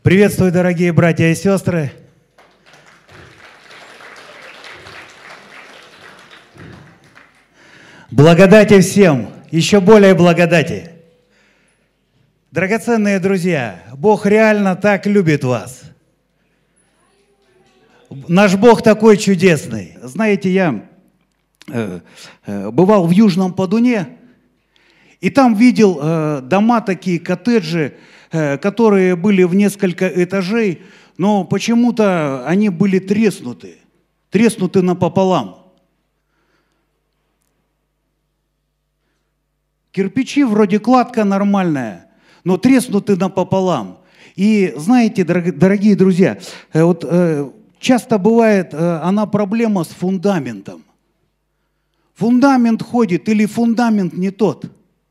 Приветствую, дорогие братья и сестры. Благодати всем, еще более благодати. Драгоценные друзья, Бог реально так любит вас. Наш Бог такой чудесный. Знаете, я бывал в Южном Подуне, и там видел дома такие, коттеджи, которые были в несколько этажей, но почему-то они были треснуты напополам. Кирпичи вроде кладка нормальная, но треснуты напополам. И знаете, дорогие друзья, вот часто бывает она проблема с фундаментом. Фундамент ходит или фундамент не тот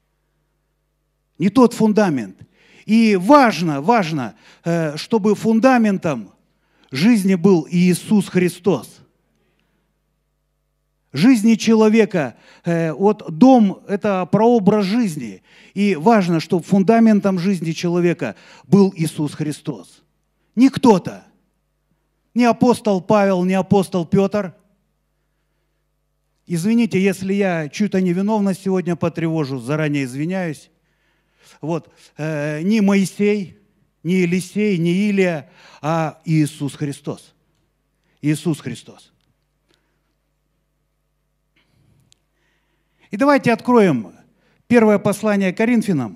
фундамент. И важно, чтобы фундаментом жизни был Иисус Христос. Жизни человека, вот дом – это прообраз жизни. И важно, чтобы фундаментом жизни человека был Иисус Христос. Не кто-то, не апостол Павел, не апостол Петр. Извините, если я чью-то невиновность сегодня потревожу, заранее извиняюсь. Вот, не Моисей, не Елисей, не Илия, а Иисус Христос. Иисус Христос. И давайте откроем первое послание Коринфянам.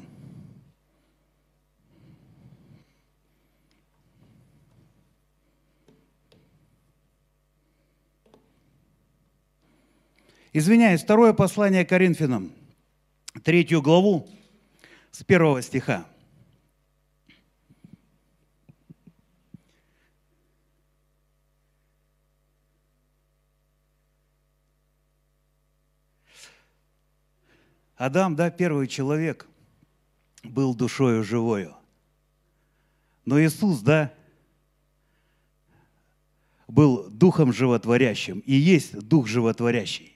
Извиняюсь, второе послание Коринфянам, 3 главу, с 1 стиха. Адам, да, первый человек, был душою живою. Но Иисус, да, был духом животворящим и есть дух животворящий.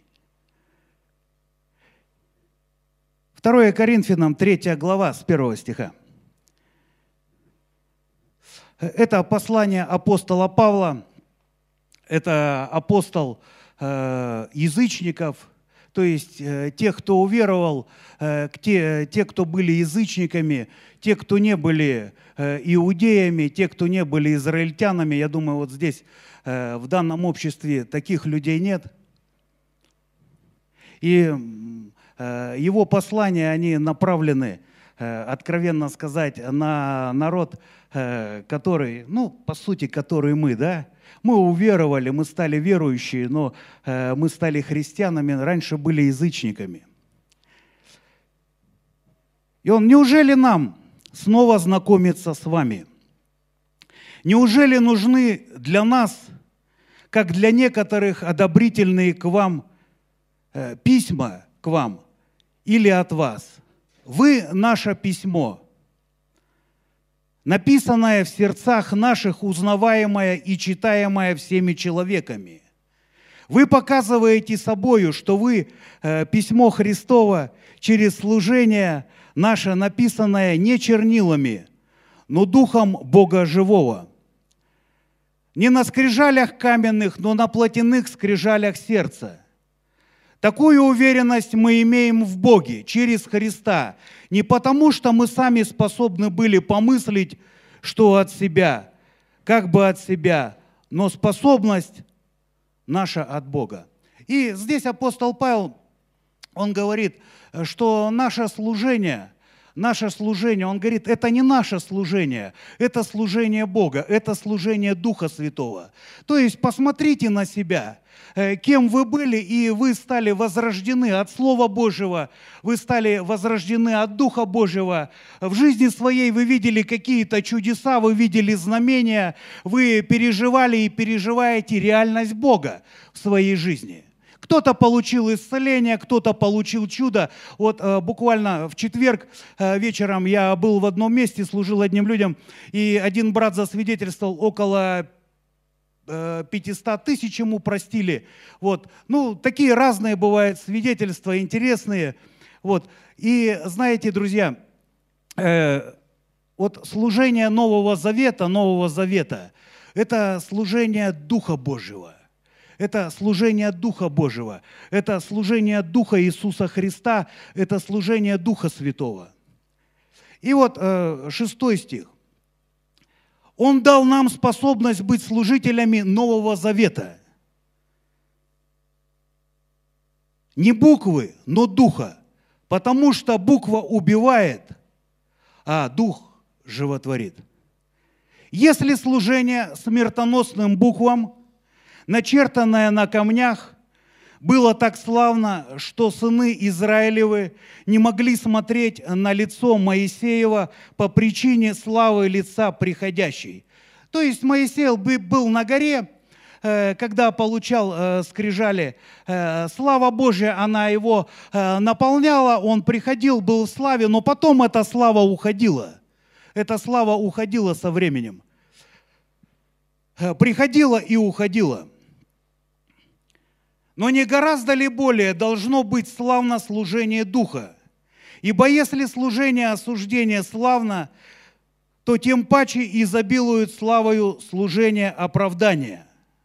2 Коринфянам, 3 глава, с 1 стиха. Это послание апостола Павла, это апостол язычников, то есть тех, кто уверовал, те, кто были язычниками, те, кто не были иудеями, те, кто не были израильтянами. Я думаю, вот здесь, в данном обществе, таких людей нет. И его послания, они направлены, откровенно сказать, на народ, который, по сути, который мы, да? Мы уверовали, мы стали верующие, но мы стали христианами, раньше были язычниками. И он, неужели нам снова знакомиться с вами? Неужели нужны для нас, как для некоторых, одобрительные к вам письма к вам или от вас? Вы наше письмо, написанное в сердцах наших, узнаваемое и читаемое всеми человеками. Вы показываете собою, что вы письмо Христово через служение наше, написанное не чернилами, но Духом Бога Живого. Не на скрижалях каменных, но на плотяных скрижалях сердца. Такую уверенность мы имеем в Боге через Христа, не потому, что мы сами способны были помыслить, что от себя, как бы от себя, но способность наша от Бога. И здесь апостол Павел, он говорит, что наше служение, он говорит, это не наше служение, это служение Бога, это служение Духа Святого. То есть посмотрите на себя, кем вы были, и вы стали возрождены от Слова Божьего, вы стали возрождены от Духа Божьего. В жизни своей вы видели какие-то чудеса, вы видели знамения, вы переживали и переживаете реальность Бога в своей жизни. Кто-то получил исцеление, кто-то получил чудо. Вот буквально в четверг вечером я был в одном месте, служил одним людям, и один брат засвидетельствовал, около 500 тысяч ему простили. Вот. Такие разные бывают свидетельства, интересные. Вот. И знаете, друзья, вот служение Нового Завета – это служение Духа Божьего. Это служение Духа Божьего. Это служение Духа Иисуса Христа. Это служение Духа Святого. И вот 6 стих. Он дал нам способность быть служителями Нового Завета. Не буквы, но Духа. Потому что буква убивает, а Дух животворит. Если служение смертоносным буквам, начертанное на камнях, было так славно, что сыны Израилевы не могли смотреть на лицо Моисеева по причине славы лица приходящей. То есть Моисей был на горе, когда получал скрижали, слава Божья, она его наполняла, он приходил, был в славе, но потом эта слава уходила. Эта слава уходила со временем. Приходила и уходила. Но не гораздо ли более должно быть славно служение Духа? Ибо если служение осуждения славно, то тем паче изобилует славою служение оправдания.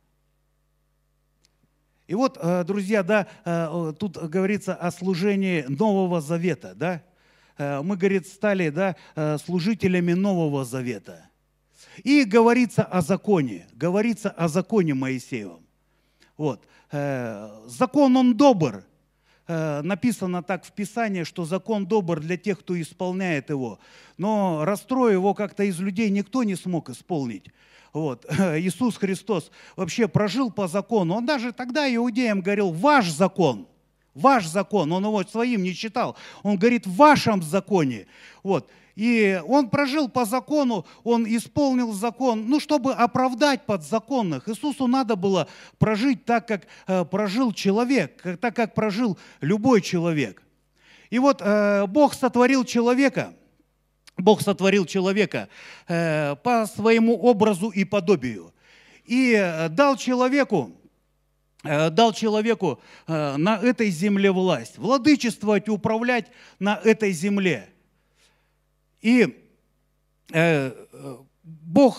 И вот, друзья, да, тут говорится о служении Нового Завета, да? Мы, говорит, стали, да, служителями Нового Завета. И говорится о законе Моисеевом. Вот. Закон, он добр. Написано так в Писании, что закон добр для тех, кто исполняет его. Но расстроив его как-то из людей никто не смог исполнить. Вот. Иисус Христос вообще прожил по закону. Он даже тогда иудеям говорил: ваш закон. Он его своим не считал. Он говорит: в вашем законе. Вот. И он прожил по закону, он исполнил закон, ну, чтобы оправдать подзаконных. Иисусу надо было прожить так, как прожил человек, так, как прожил любой человек. И вот Бог сотворил человека по своему образу и подобию. И дал человеку на этой земле власть, владычествовать, управлять на этой земле. И Бог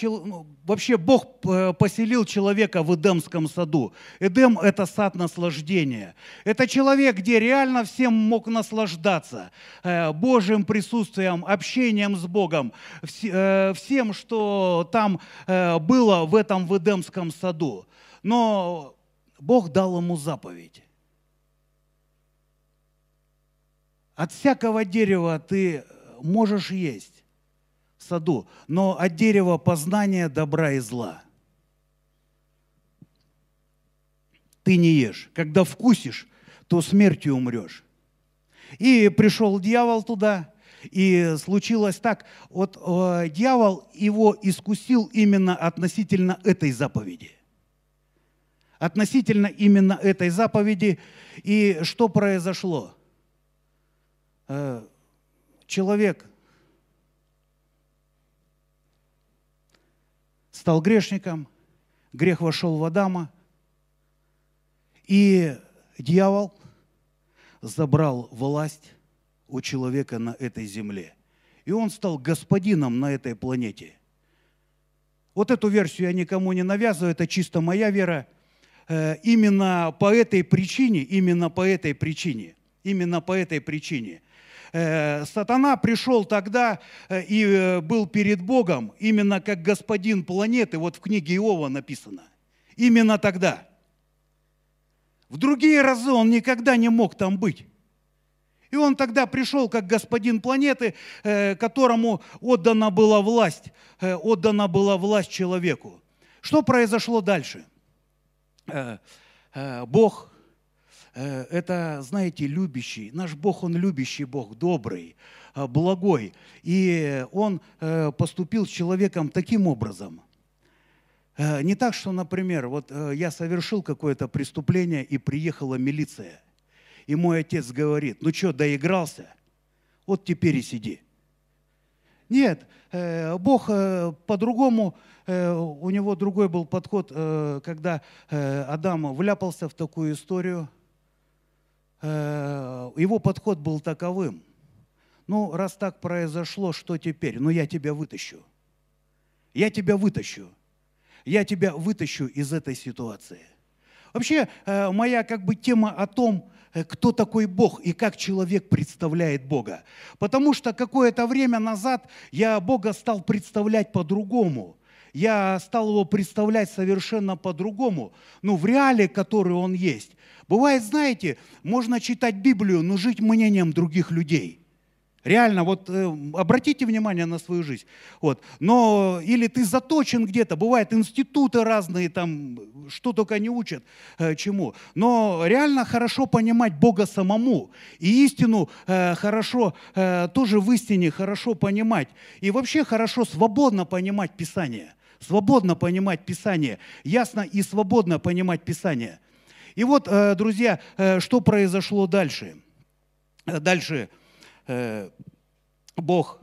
поселил человека в Эдемском саду. Эдем – это сад наслаждения. Это человек, где реально всем мог наслаждаться Божьим присутствием, общением с Богом, всем, что там было в Эдемском саду. Но Бог дал ему заповедь. От всякого дерева ты можешь есть в саду, но от дерева познания добра и зла ты не ешь. Когда вкусишь, то смертью умрешь. И пришел дьявол туда, и случилось так. Вот дьявол его искусил именно относительно этой заповеди. Относительно именно этой заповеди. И что произошло? Человек стал грешником, грех вошел в Адама, и дьявол забрал власть у человека на этой земле. И он стал господином на этой планете. Вот эту версию я никому не навязываю, это чисто моя вера. Именно по этой причине сатана пришел тогда и был перед Богом именно как господин планеты, вот в книге Иова написано. Именно тогда. В другие разы он никогда не мог там быть. И он тогда пришел как господин планеты, которому отдана была власть человеку. Что произошло дальше? Бог, это, знаете, любящий. Наш Бог, Он любящий Бог, добрый, благой. И Он поступил с человеком таким образом. Не так, что, например, вот я совершил какое-то преступление, и приехала милиция. И мой отец говорит: ну что, доигрался? Вот теперь и сиди. Нет, Бог по-другому, у него другой был подход, когда Адам вляпался в такую историю. Его подход был таковым. ну, раз так произошло, что теперь? Ну, я тебя вытащу. Я тебя вытащу. Я тебя вытащу из этой ситуации. Вообще, моя как бы тема о том, кто такой Бог и как человек представляет Бога. Потому что какое-то время назад я Бога стал представлять по-другому. Я стал его представлять совершенно по-другому, ну, в реале, который он есть. Бывает, знаете, можно читать Библию, но жить мнением других людей. Реально, вот обратите внимание на свою жизнь. Вот. Но или ты заточен где-то, бывают институты разные, там, что только не учат чему. Но реально хорошо понимать Бога самому. И истину хорошо, тоже в истине хорошо понимать. И вообще хорошо свободно понимать Писание. Свободно понимать Писание. Ясно и свободно понимать Писание. И вот, друзья, что произошло дальше? Дальше Бог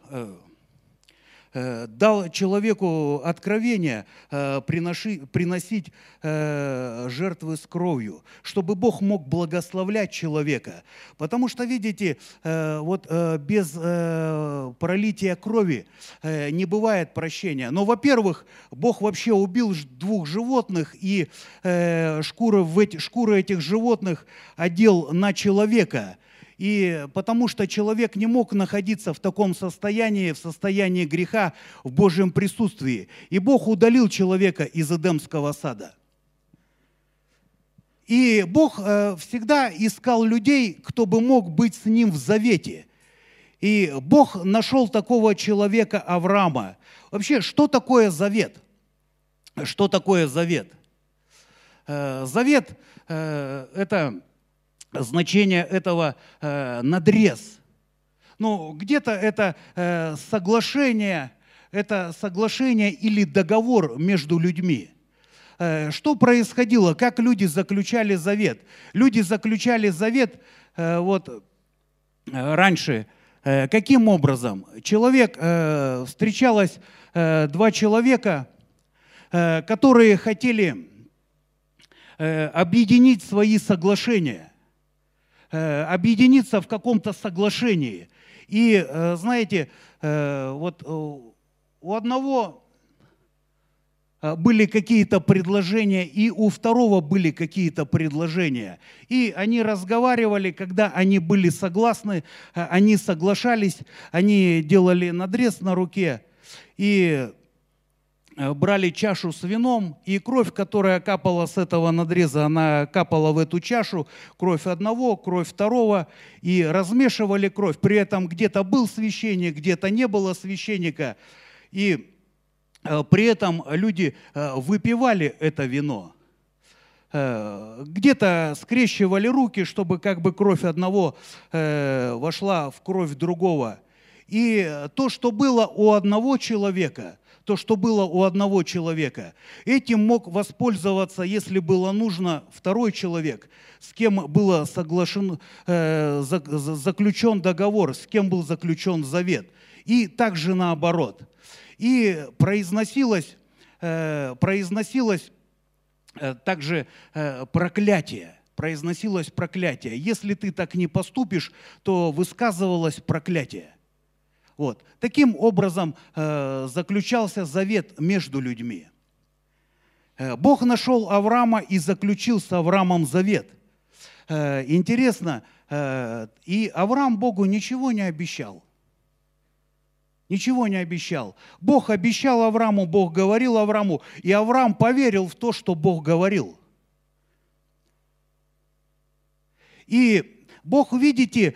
дал человеку откровение приносить жертвы с кровью, чтобы Бог мог благословлять человека. Потому что, видите, вот без пролития крови не бывает прощения. Но, во-первых, Бог вообще убил 2 животных и шкуры этих животных одел на человека. И потому что человек не мог находиться в таком состоянии, в состоянии греха, в Божьем присутствии. И Бог удалил человека из Эдемского сада. И Бог всегда искал людей, кто бы мог быть с ним в завете. И Бог нашел такого человека Авраама. Вообще, что такое завет? Что такое завет? Завет – это... Значение этого надрез. Ну, где-то это соглашение или договор между людьми. Что происходило? Как люди заключали завет? Люди заключали завет вот раньше. Каким образом? Встречалось 2 человека, которые хотели объединить свои соглашения. Объединиться в каком-то соглашении. И, знаете, вот у одного были какие-то предложения, и у второго были какие-то предложения. И они разговаривали, когда они были согласны, они соглашались, они делали надрез на руке, и брали чашу с вином, и кровь, которая капала с этого надреза, она капала в эту чашу, кровь одного, кровь второго, и размешивали кровь. При этом где-то был священник, где-то не было священника, и при этом люди выпивали это вино. Где-то скрещивали руки, чтобы как бы кровь одного вошла в кровь другого. И то, что было у одного человека, этим мог воспользоваться, если было нужно, второй человек, с кем был заключен договор, с кем был заключен завет. И также наоборот. И произносилось также проклятие. Произносилось проклятие. Если ты так не поступишь, то высказывалось проклятие. Вот. Таким образом заключался завет между людьми. Бог нашел Авраама и заключил с Авраамом завет. Интересно, и Авраам Богу ничего не обещал. Ничего не обещал. Бог обещал Аврааму, Бог говорил Аврааму, и Авраам поверил в то, что Бог говорил. И Бог, видите,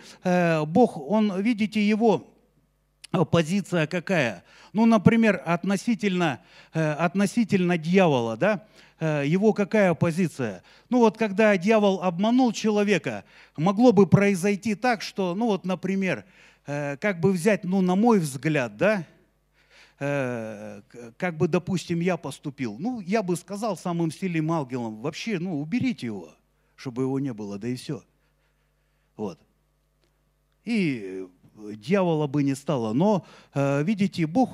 его позиция какая? Ну, например, относительно дьявола, да? Его какая позиция? Ну, вот когда дьявол обманул человека, могло бы произойти так, что, ну, вот, например, как бы взять, ну, на мой взгляд, да, как бы, допустим, я поступил. Ну, я бы сказал самым сильным ангелом, вообще, ну, уберите его, чтобы его не было, да и все. Вот. И дьявола бы не стало. Но, видите, Бог,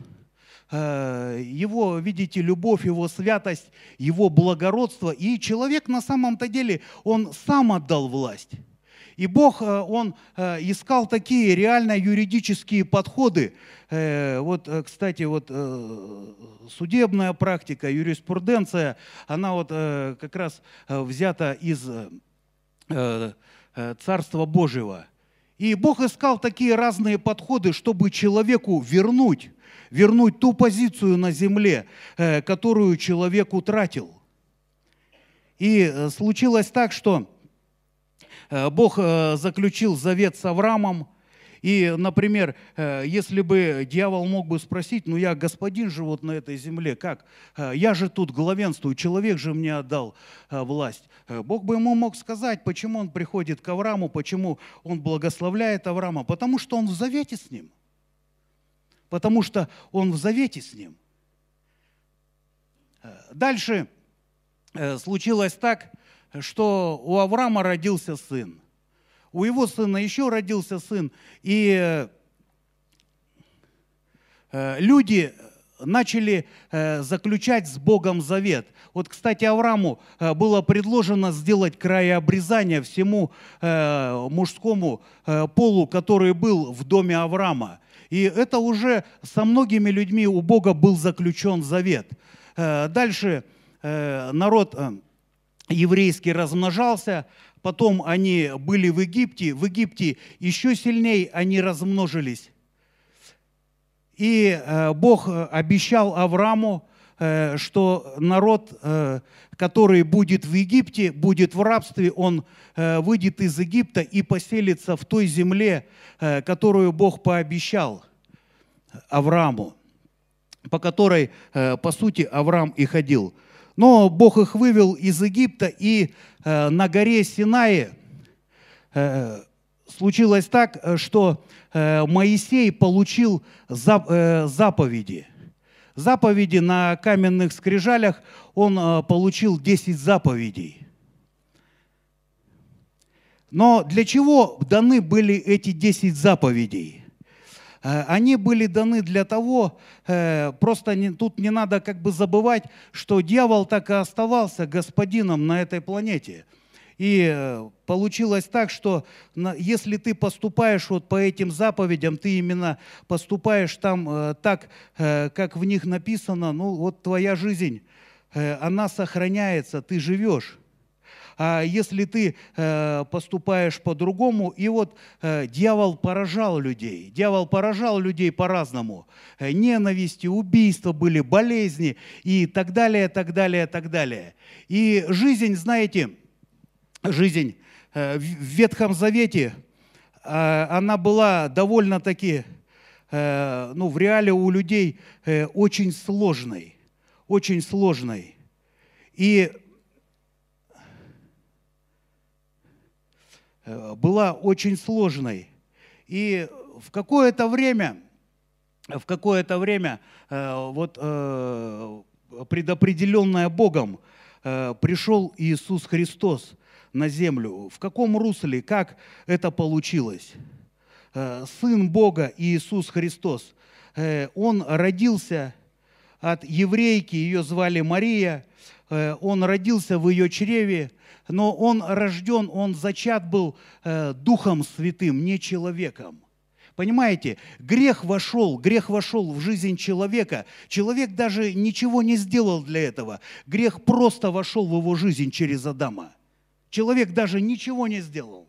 его, видите, любовь, его святость, его благородство. И человек на самом-то деле, он сам отдал власть. И Бог, Он искал такие реально юридические подходы. Вот, кстати, вот судебная практика, юриспруденция, она вот как раз взята из Царства Божьего. И Бог искал такие разные подходы, чтобы человеку вернуть ту позицию на земле, которую человек утратил. И случилось так, что Бог заключил завет с Авраамом. И, например, если бы дьявол мог бы спросить, ну я господин же вот на этой земле, как? Я же тут главенствую, человек же мне отдал власть. Бог бы ему мог сказать, почему он приходит к Аврааму, почему он благословляет Авраама. Потому что он в завете с ним. Потому что он в завете с ним. Дальше случилось так, что у Авраама родился сын. У его сына еще родился сын, и люди начали заключать с Богом завет. Вот, кстати, Аврааму было предложено сделать краеобрезание всему мужскому полу, который был в доме Авраама. И это уже со многими людьми у Бога был заключен завет. Дальше народ еврейский размножался, потом они были в Египте еще сильнее они размножились. И Бог обещал Аврааму, что народ, который будет в Египте, будет в рабстве, он выйдет из Египта и поселится в той земле, которую Бог пообещал Аврааму, по которой, по сути, Авраам и ходил. Но Бог их вывел из Египта, и на горе Синае случилось так, что Моисей получил заповеди. Заповеди на каменных скрижалях, он получил 10 заповедей. Но для чего даны были эти 10 заповедей? Они были даны для того, тут не надо как бы забывать, что дьявол так и оставался господином на этой планете. И получилось так, что если ты поступаешь вот по этим заповедям, ты именно поступаешь там так, как в них написано, ну вот твоя жизнь, она сохраняется, ты живешь. А если ты поступаешь по-другому, и вот дьявол поражал людей по-разному. Ненависти, убийства были, болезни и так далее, так далее, так далее. И жизнь, знаете, жизнь в Ветхом Завете, она была довольно-таки, в реале у людей очень сложной, очень сложной. И была очень сложной. И в какое-то время предопределенное Богом пришел Иисус Христос на землю. В каком русле, как это получилось? Сын Бога Иисус Христос, Он родился от еврейки, ее звали Мария, Он родился в ее чреве, но Он рожден, Он зачат был Духом Святым, не человеком. Понимаете, грех вошел в жизнь человека. Человек даже ничего не сделал для этого. Грех просто вошел в его жизнь через Адама. Человек даже ничего не сделал.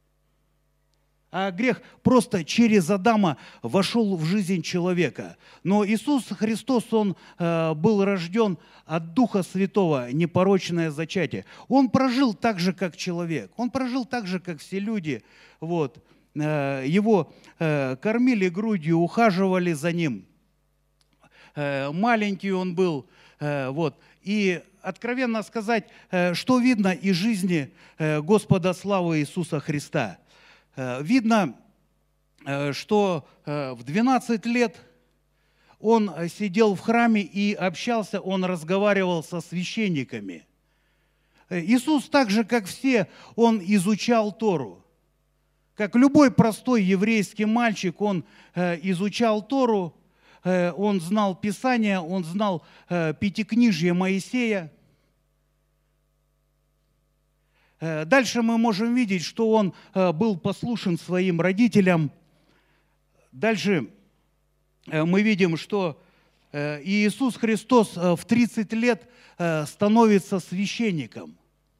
А грех просто через Адама вошел в жизнь человека. Но Иисус Христос, Он был рожден от Духа Святого, непорочное зачатие. Он прожил так же, как человек. Он прожил так же, как все люди. Вот. Его кормили грудью, ухаживали за ним. Маленький он был. Вот. И откровенно сказать, что видно из жизни Господа славы Иисуса Христа. Видно, что в 12 лет он сидел в храме и общался, он разговаривал со священниками. Иисус так же, как все, он изучал Тору. Как любой простой еврейский мальчик, он изучал Тору, он знал Писание, он знал Пятикнижие Моисея. Дальше мы можем видеть, что он был послушен своим родителям. Дальше мы видим, что Иисус Христос в 30 лет становится священником.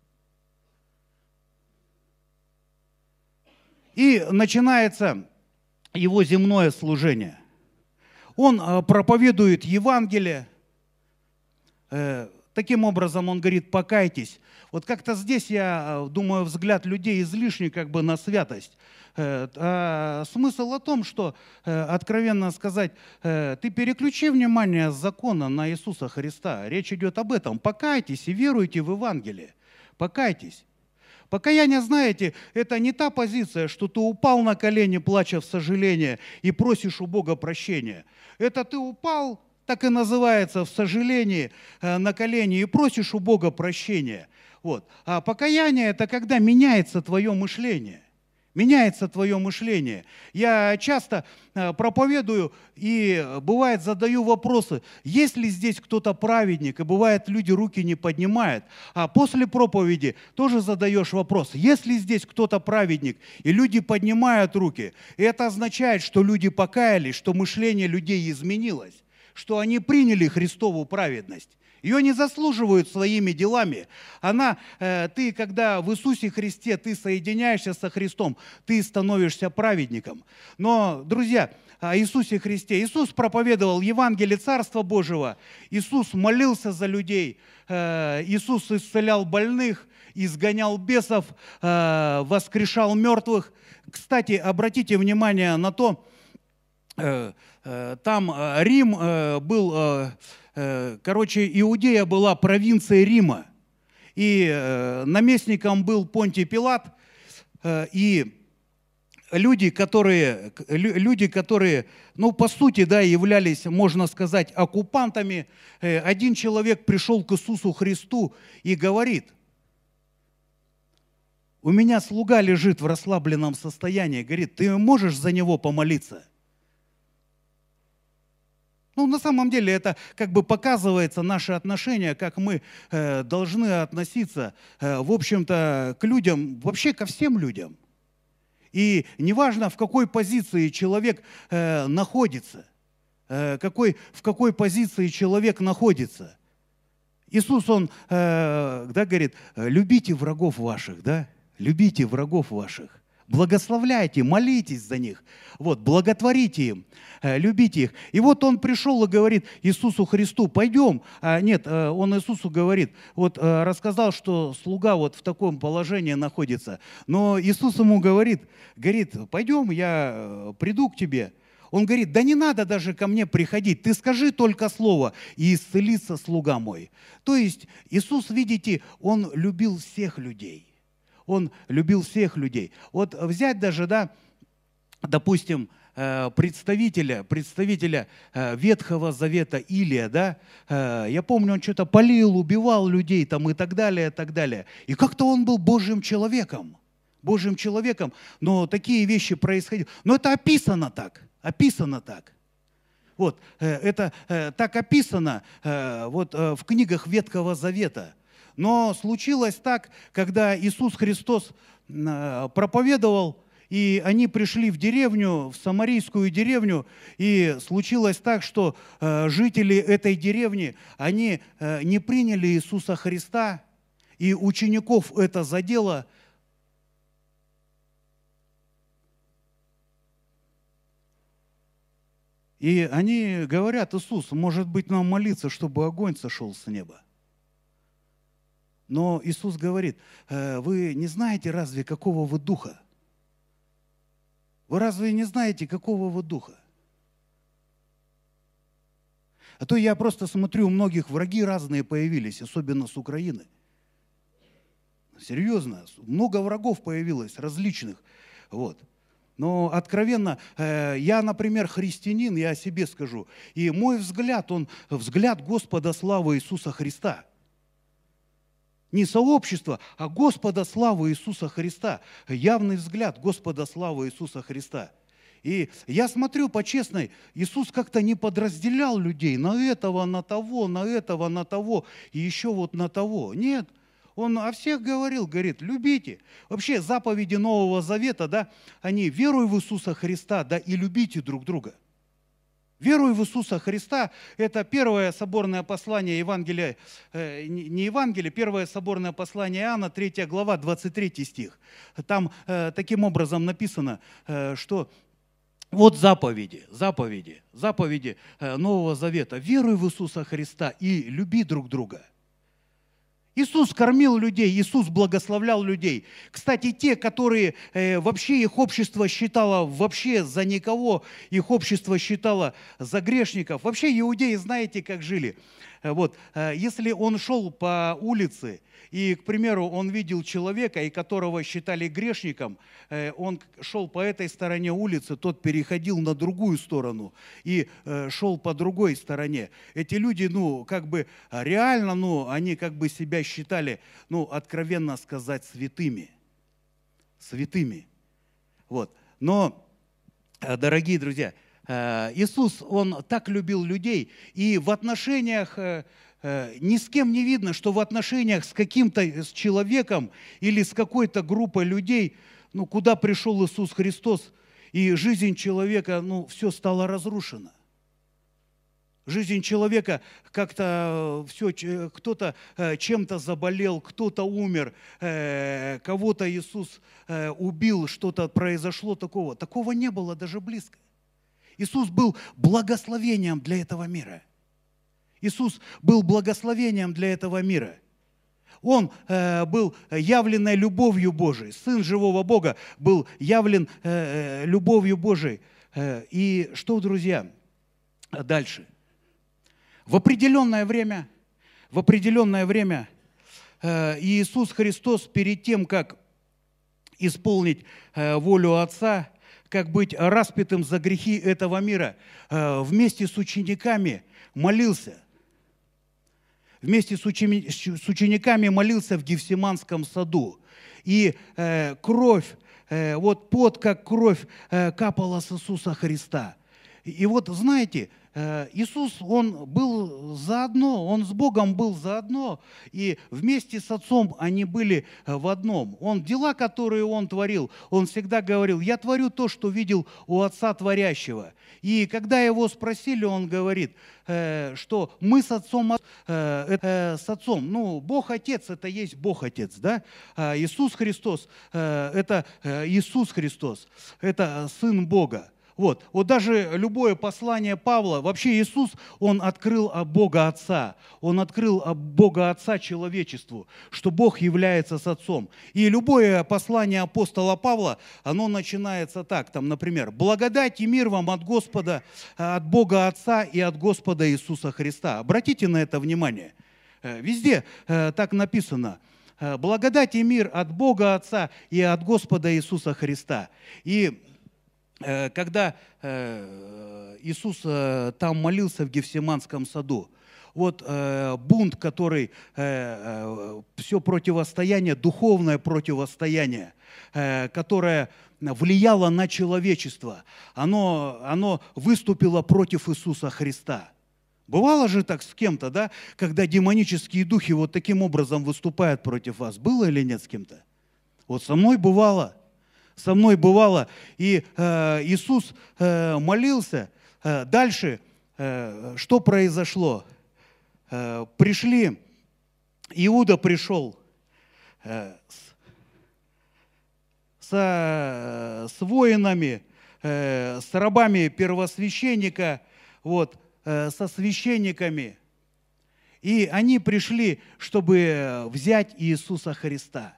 И начинается его земное служение. Он проповедует Евангелие. Таким образом, он говорит: покайтесь. Вот как-то здесь, я думаю, взгляд людей излишний как бы на святость. Смысл о том, что, откровенно сказать, ты переключи внимание с закона на Иисуса Христа. Речь идет об этом. Покайтесь и веруйте в Евангелие. Покайтесь. Покаяние, знаете, это не та позиция, что ты упал на колени, плача в сожаление, и просишь у Бога прощения. Это ты упал, так и называется, в сожалении на колени, и просишь у Бога прощения. Вот. А покаяние – это когда меняется твое мышление. Меняется твое мышление. Я часто проповедую и, бывает, задаю вопросы, есть ли здесь кто-то праведник, и бывает, люди руки не поднимают. А после проповеди тоже задаешь вопрос, есть ли здесь кто-то праведник, и люди поднимают руки. И это означает, что люди покаялись, что мышление людей изменилось, что они приняли Христову праведность. Ее не заслуживают своими делами. Ты, когда в Иисусе Христе, ты соединяешься со Христом, ты становишься праведником. Но, друзья, о Иисусе Христе. Иисус проповедовал Евангелие Царства Божьего. Иисус молился за людей. Иисус исцелял больных, изгонял бесов, воскрешал мертвых. Кстати, обратите внимание на то, там Рим был... Иудея была провинцией Рима, и наместником был Понтий Пилат, и люди, которые, по сути, являлись, можно сказать, оккупантами. Один человек пришел к Иисусу Христу и говорит: у меня слуга лежит в расслабленном состоянии, говорит, ты можешь за него помолиться? На самом деле это как бы показывается наше отношение, как мы должны относиться, в общем-то, к людям, вообще ко всем людям. И неважно, в какой позиции человек находится, в какой позиции человек находится. Иисус, Он говорит, любите врагов ваших, любите врагов ваших. Благословляйте, молитесь за них, благотворите им, любите их. И вот он пришел и говорит Иисусу Христу: пойдем. Он Иисусу говорит, рассказал, что слуга в таком положении находится. Но Иисус ему говорит, пойдем, я приду к тебе. Он говорит, да не надо даже ко мне приходить, ты скажи только слово, и исцелится слуга мой. То есть Иисус, видите, Он любил всех людей. Он любил всех людей. Взять даже, допустим, представителя Ветхого Завета Илия, я помню, он что-то палил, убивал людей и так далее, и так далее. И как-то он был Божьим человеком, но такие вещи происходили. Но это описано так. Это так описано в книгах Ветхого Завета. Но случилось так, когда Иисус Христос проповедовал, и они пришли в деревню, в самарийскую деревню, и случилось так, что жители этой деревни, они не приняли Иисуса Христа, и учеников это задело. И они говорят: Иисус, может быть, нам молиться, чтобы огонь сошел с неба? Но Иисус говорит: вы не знаете разве, какого вы духа? Вы разве не знаете, какого вы духа? А то я просто смотрю, у многих враги разные появились, особенно с Украины. Серьезно, много врагов появилось, различных. Но откровенно, я, например, христианин, я о себе скажу, и мой взгляд, он взгляд Господа славы Иисуса Христа. Не сообщество, а Господа славы Иисуса Христа. Явный взгляд Господа славы Иисуса Христа. И я смотрю по-честной, Иисус как-то не подразделял людей на этого, на того, на этого, на того, и еще на того. Нет, Он о всех говорил, говорит, любите. Вообще заповеди Нового Завета, да, они веруй в Иисуса Христа, да, и любите друг друга. Веруй в Иисуса Христа, это первое соборное послание Евангелия, не Евангелие, первое соборное послание Иоанна, 3 глава, 23 стих. Там таким образом написано, что вот заповеди Нового Завета. Веруй в Иисуса Христа и люби друг друга. Иисус кормил людей, Иисус благословлял людей. Кстати, те, которые вообще их общество считало вообще за никого, их общество считало за грешников. Вообще иудеи, знаете, как жили? Вот, если он шел по улице, и, к примеру, он видел человека, и которого считали грешником, он шел по этой стороне улицы, тот переходил на другую сторону и шел по другой стороне. Эти люди, как бы реально, они как бы себя считали, откровенно сказать, святыми. Святыми. Вот. Но, дорогие друзья, Иисус, Он так любил людей, и в отношениях ни с кем не видно, что в отношениях с с человеком или с какой-то группой людей, куда пришел Иисус Христос, и жизнь человека, все стало разрушено. Жизнь человека как-то все, кто-то чем-то заболел, кто-то умер, кого-то Иисус убил, что-то произошло такого. Такого не было даже близко. Иисус был благословением для этого мира. Иисус был благословением для этого мира. Он был явленной любовью Божией. Сын живого Бога был явлен любовью Божией. И что, друзья, дальше? В определенное время Иисус Христос перед тем, как исполнить волю Отца, как быть распятым за грехи этого мира, вместе с учениками молился. Вместе с учениками молился в Гефсиманском саду. И кровь, пот как кровь капала с Иисуса Христа. И вот знаете, Иисус, Он был заодно, Он с Богом был заодно, и вместе с Отцом они были в одном. Дела, которые Он творил, Он всегда говорил, я творю то, что видел у Отца Творящего. И когда Его спросили, Он говорит, что мы с Отцом, Бог Отец, это есть Бог Отец, да? Иисус Христос, это Иисус Христос, это Сын Бога. Вот даже любое послание Павла, вообще Иисус, Он открыл об Бога Отца, Он открыл об Бога Отца человечеству, что Бог является с Отцом. И любое послание апостола Павла, оно начинается так, например, «Благодать и мир вам от Господа, от Бога Отца и от Господа Иисуса Христа». Обратите на это внимание. Везде так написано. «Благодать и мир от Бога Отца и от Господа Иисуса Христа». И когда Иисус там молился в Гефсиманском саду, бунт, который, все противостояние, духовное противостояние, которое влияло на человечество, оно выступило против Иисуса Христа. Бывало же так с кем-то, да, когда демонические духи таким образом выступают против вас? Было или нет с кем-то? Со мной бывало. Со мной бывало, и Иисус молился. Дальше что произошло? Иуда пришел с воинами, с рабами первосвященника, со священниками. И они пришли, чтобы взять Иисуса Христа.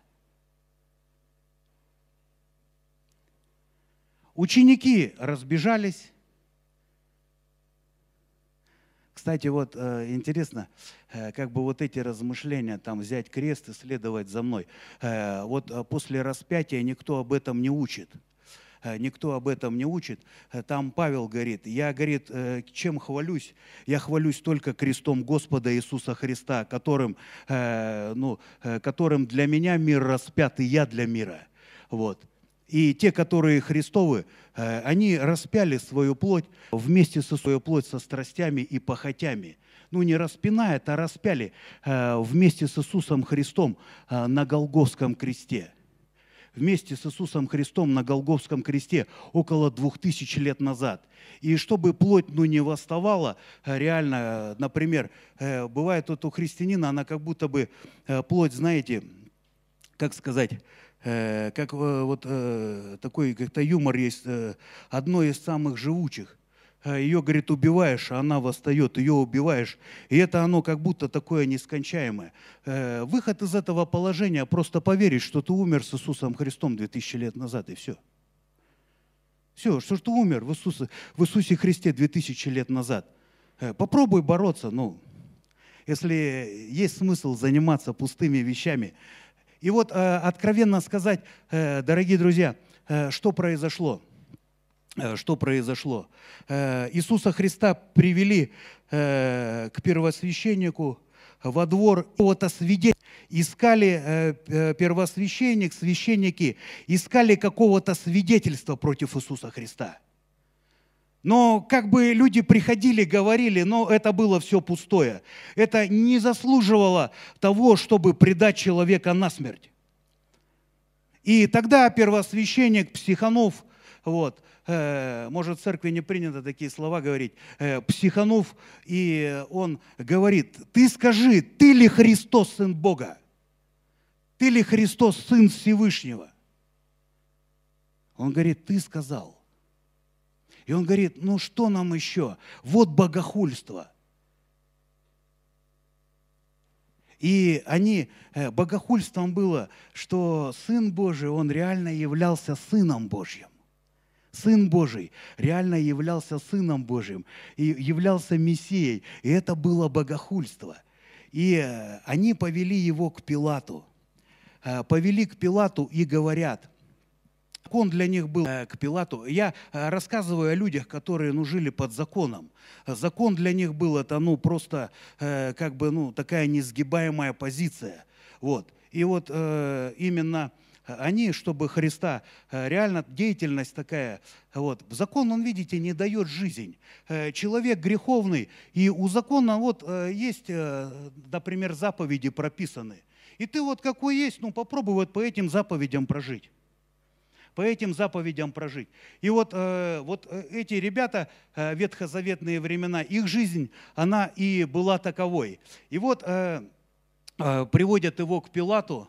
Ученики разбежались. Кстати, интересно, как бы эти размышления, взять крест и следовать за мной. После распятия никто об этом не учит. Никто об этом не учит. Там Павел говорит, я, чем хвалюсь? Я хвалюсь только крестом Господа Иисуса Христа, которым для меня мир распят, и я для мира. И те, которые Христовы, они распяли свою плоть вместе со своей плотью, со страстями и похотями. ну не распинает, а распяли вместе с Иисусом Христом на Голгофском кресте. Вместе с Иисусом Христом на Голгофском кресте около 2000 лет назад. И чтобы плоть не восставала, реально, например, бывает вот у христианина, она как будто бы плоть, знаете, как сказать, как вот такой как-то юмор есть, одно из самых живучих. Ее, говорит, убиваешь, а она восстает, ее убиваешь. И это оно как будто такое нескончаемое. Выход из этого положения — просто поверить, что ты умер с Иисусом Христом 2000 лет назад, и все. Все, что ты умер в Иисусе Христе 2000 лет назад. Попробуй бороться, если есть смысл заниматься пустыми вещами. И вот, откровенно сказать, дорогие друзья, что произошло? Что произошло? Иисуса Христа привели к первосвященнику во двор какого-то свидетеля. Искали первосвященник, священники, искали какого-то свидетельства против Иисуса Христа. Но как бы люди приходили, говорили, но это было все пустое. Это не заслуживало того, чтобы предать человека насмерть. И тогда первосвященник психанов, может, в церкви не принято такие слова говорить, психанов, и он говорит: ты скажи, ты ли Христос, Сын Бога? Ты ли Христос, Сын Всевышнего? Он говорит: ты сказал. И он говорит: ну что нам еще? Вот богохульство. И богохульством было, что Сын Божий, Он реально являлся Сыном Божьим. Сын Божий реально являлся Сыном Божьим и являлся Мессией. И это было богохульство. И они повели его к Пилату. Повели к Пилату и говорят, закон для них был к Пилату. Я рассказываю о людях, которые жили под законом. Закон для них был это просто такая несгибаемая позиция. И именно они, чтобы Христа, реально деятельность такая, закон, он, видите, не дает жизнь. Человек греховный, и у закона есть, например, заповеди прописаны. И ты какой есть, попробуй по этим заповедям прожить. По этим заповедям прожить. И эти ребята, ветхозаветные времена, их жизнь, она и была таковой. И приводят его к Пилату.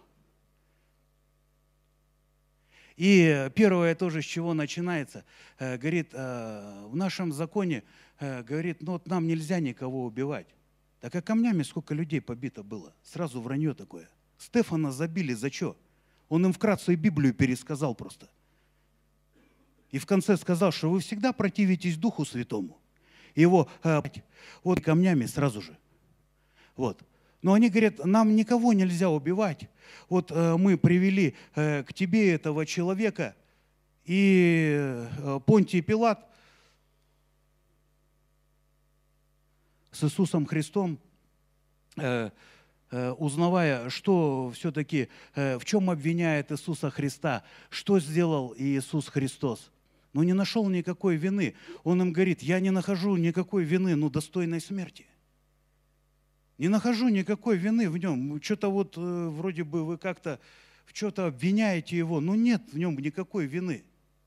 И первое тоже, с чего начинается, говорит, в нашем законе, говорит, нам нельзя никого убивать. Так а камнями сколько людей побито было? Сразу вранье такое. Стефана забили за что? Он им вкратце Библию пересказал просто. И в конце сказал, что вы всегда противитесь Духу Святому. Его камнями сразу же. Но они говорят, нам никого нельзя убивать. Мы привели к тебе этого человека, и Понтий Пилат с Иисусом Христом, узнавая, что все-таки, в чем обвиняет Иисуса Христа, что сделал Иисус Христос, не нашел никакой вины. Он им говорит, я не нахожу никакой вины, достойной смерти. Не нахожу никакой вины в нем. Что-то вроде бы вы как-то в что-то обвиняете его, но нет в нем никакой вины.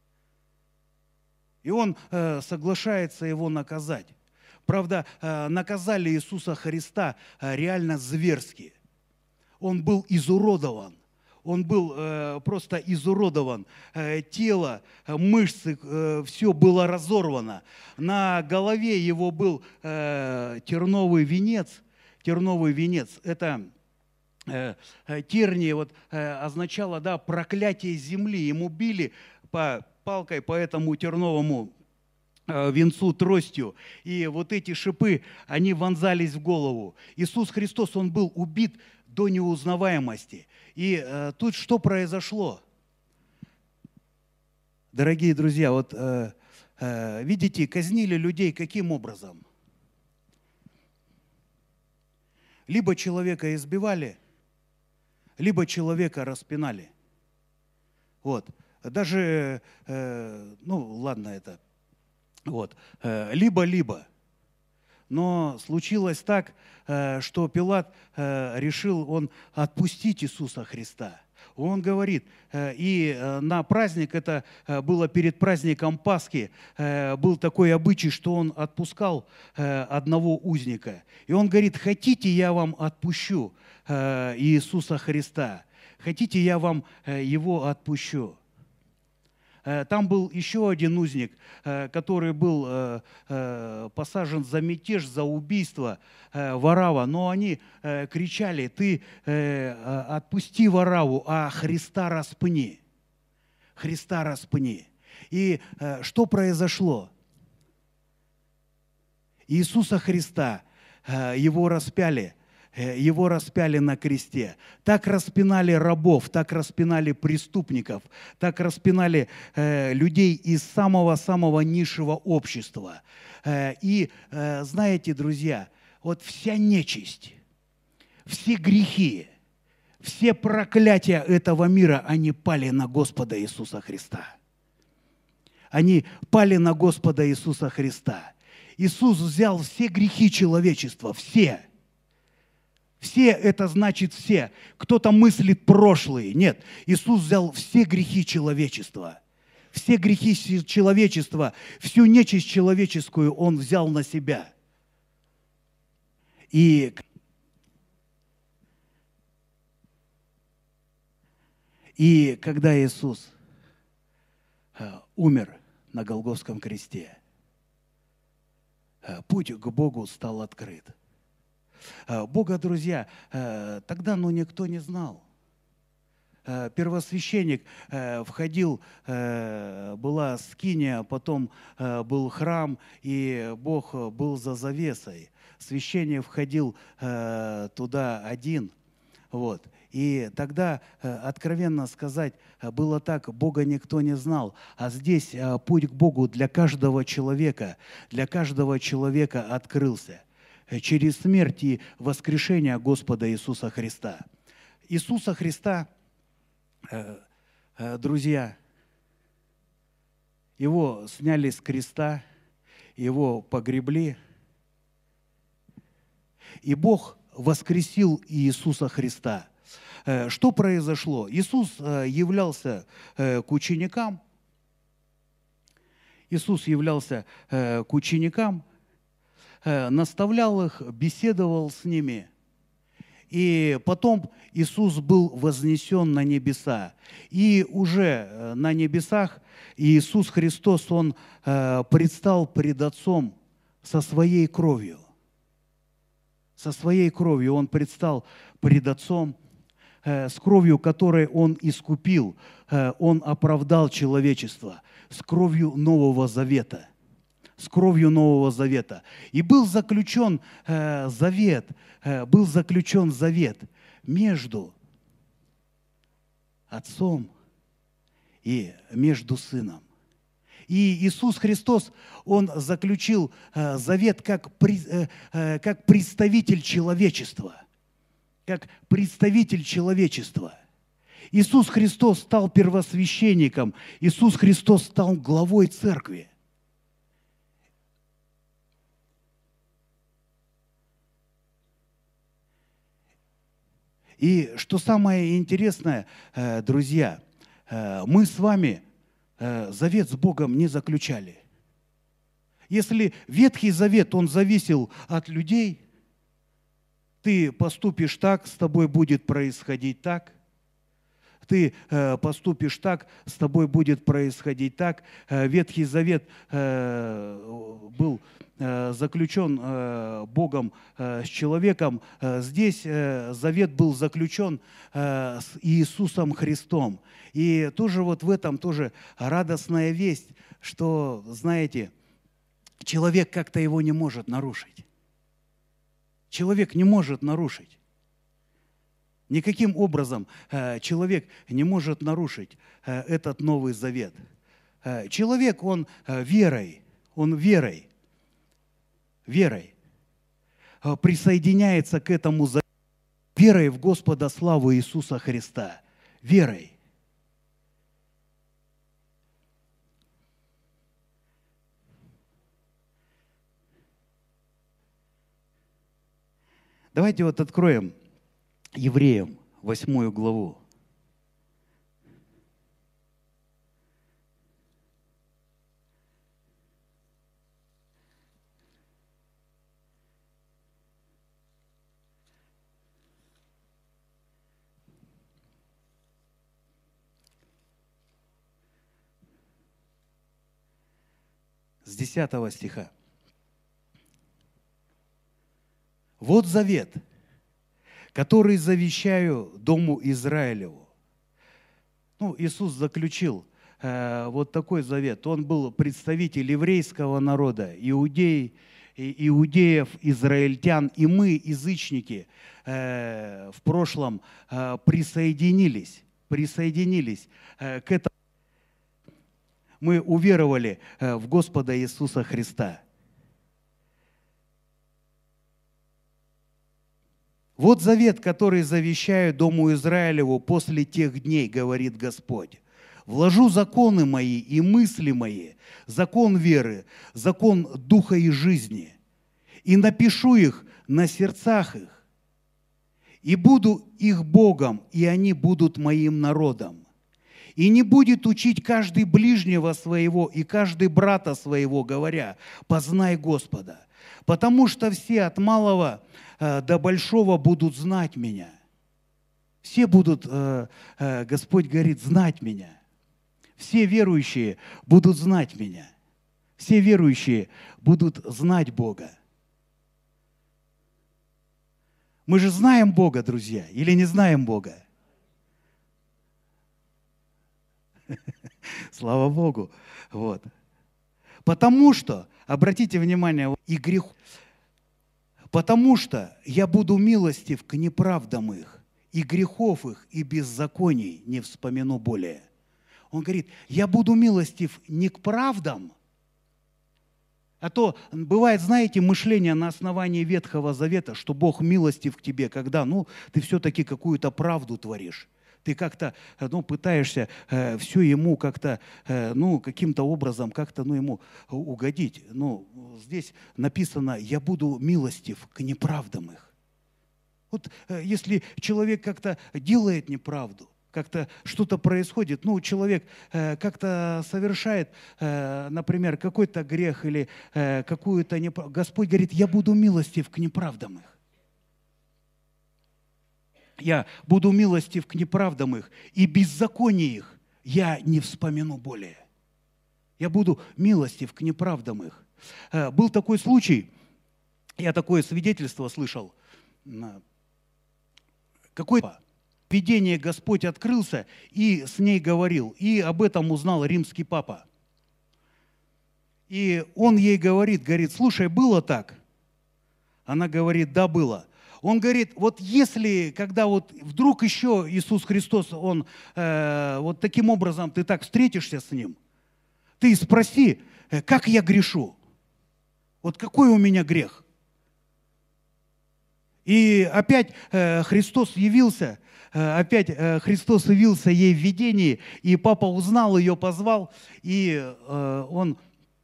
И он соглашается его наказать. Правда, наказали Иисуса Христа реально зверски. Он был изуродован. Он был просто изуродован. Тело, мышцы, все было разорвано. На голове его был терновый венец. Терновый венец – это тернии означало, проклятие земли. Ему били палкой по этому терновому венцу тростью. И эти шипы, они вонзались в голову. Иисус Христос, Он был убит до неузнаваемости. И тут что произошло? Дорогие друзья, видите, казнили людей каким образом? Либо человека избивали, либо человека распинали. Даже, ладно это, либо-либо. Но случилось так, что Пилат решил он отпустить Иисуса Христа. Он говорит, и на праздник, это было перед праздником Пасхи, был такой обычай, что он отпускал одного узника. И он говорит, хотите, я вам отпущу Иисуса Христа? Хотите, я вам его отпущу? Там был еще один узник, который был посажен за мятеж, за убийство Варава. Но они кричали, ты отпусти Вараву, а Христа распни. Христа распни. И что произошло? Иисуса Христа, его распяли на кресте. Так распинали рабов, так распинали преступников, так распинали людей из самого-самого низшего общества. И знаете, друзья, вот вся нечисть, все грехи, все проклятия этого мира, они пали на Господа Иисуса Христа. Они пали на Господа Иисуса Христа. Иисус взял все грехи человечества, все. Все – это значит все. Кто-то мыслит прошлые. Нет, Иисус взял все грехи человечества. Все грехи человечества, всю нечисть человеческую Он взял на себя. И когда Иисус умер на Голгофском кресте, путь к Богу стал открыт. Бога, друзья, тогда никто не знал. Первосвященник входил, была скиния, потом был храм, и Бог был за завесой. Священник входил туда один. Вот. И тогда, откровенно сказать, было так, Бога никто не знал. А здесь путь к Богу для каждого человека открылся. Через смерть и воскрешение Господа Иисуса Христа. Иисуса Христа, друзья, Его сняли с креста, Его погребли, и Бог воскресил Иисуса Христа. Что произошло? Иисус являлся к ученикам, наставлял их, беседовал с ними. И потом Иисус был вознесен на небеса. И уже на небесах Иисус Христос, Он предстал пред Отцом со своей кровью. Со своей кровью Он предстал пред Отцом, с кровью, которой Он искупил, Он оправдал человечество, с кровью Нового Завета. С кровью Нового Завета. И был заключен завет между Отцом и между Сыном. И Иисус Христос, Он заключил завет как представитель человечества. Как представитель человечества. Иисус Христос стал первосвященником. Иисус Христос стал главой церкви. И что самое интересное, друзья, мы с вами завет с Богом не заключали. Если Ветхий Завет, он зависел от людей, ты поступишь так, с тобой будет происходить так. Ты поступишь так, с тобой будет происходить так. Ветхий Завет был заключен Богом с человеком. Здесь завет был заключен с Иисусом Христом. И тоже вот в этом тоже радостная весть, что, знаете, человек как-то его не может нарушить. Человек не может нарушить. Никаким образом человек не может нарушить этот Новый Завет. Человек, он верой присоединяется к этому завету, верой в Господа славу Иисуса Христа, верой. Давайте вот откроем Евреям 8 главу. С 10 стиха. «Вот завет, который завещаю дому Израилеву». Ну, Иисус заключил вот такой завет. Он был представитель еврейского народа, иудеев, израильтян, и мы, язычники, в прошлом присоединились к этому. Мы уверовали в Господа Иисуса Христа. «Вот завет, который завещаю дому Израилеву после тех дней, говорит Господь. Вложу законы мои и мысли мои, закон веры, закон духа и жизни, и напишу их на сердцах их, и буду их Богом, и они будут моим народом. И не будет учить каждый ближнего своего и каждый брата своего, говоря: познай Господа, потому что все от малого до большого будут знать меня». Все будут, Господь говорит, знать меня. Все верующие будут знать меня. Все верующие будут знать Бога. Мы же знаем Бога, друзья, или не знаем Бога? Слава Богу. Вот. Потому что, обратите внимание, и грех, потому что я буду милостив к неправдам их, и грехов их, и беззаконий не вспомину более. Он говорит, я буду милостив не к правдам, а то бывает, знаете, мышление на основании Ветхого Завета, что Бог милостив к тебе, когда, ты все-таки какую-то правду творишь. Ты как-то, пытаешься все ему как-то, каким-то образом как-то, ему угодить. Здесь написано, я буду милостив к неправдам их. Вот если человек как-то делает неправду, как-то что-то происходит, человек как-то совершает, например, какой-то грех или какую-то неправду. Господь говорит, я буду милостив к неправдам их. Я буду милостив к неправдам их, и беззаконие их я не вспомину более. Я буду милостив к неправдам их. Был такой случай, я такое свидетельство слышал. Какое-то видение Господь открылся и с ней говорил, и об этом узнал римский папа. И он ей говорит, слушай, было так? Она говорит, да, было. Он говорит, вот если, когда вот вдруг еще Иисус Христос, Он вот таким образом, ты так встретишься с Ним, ты спроси, как я грешу? Вот какой у меня грех? И опять Христос явился ей в видении, и папа узнал ее, позвал, и он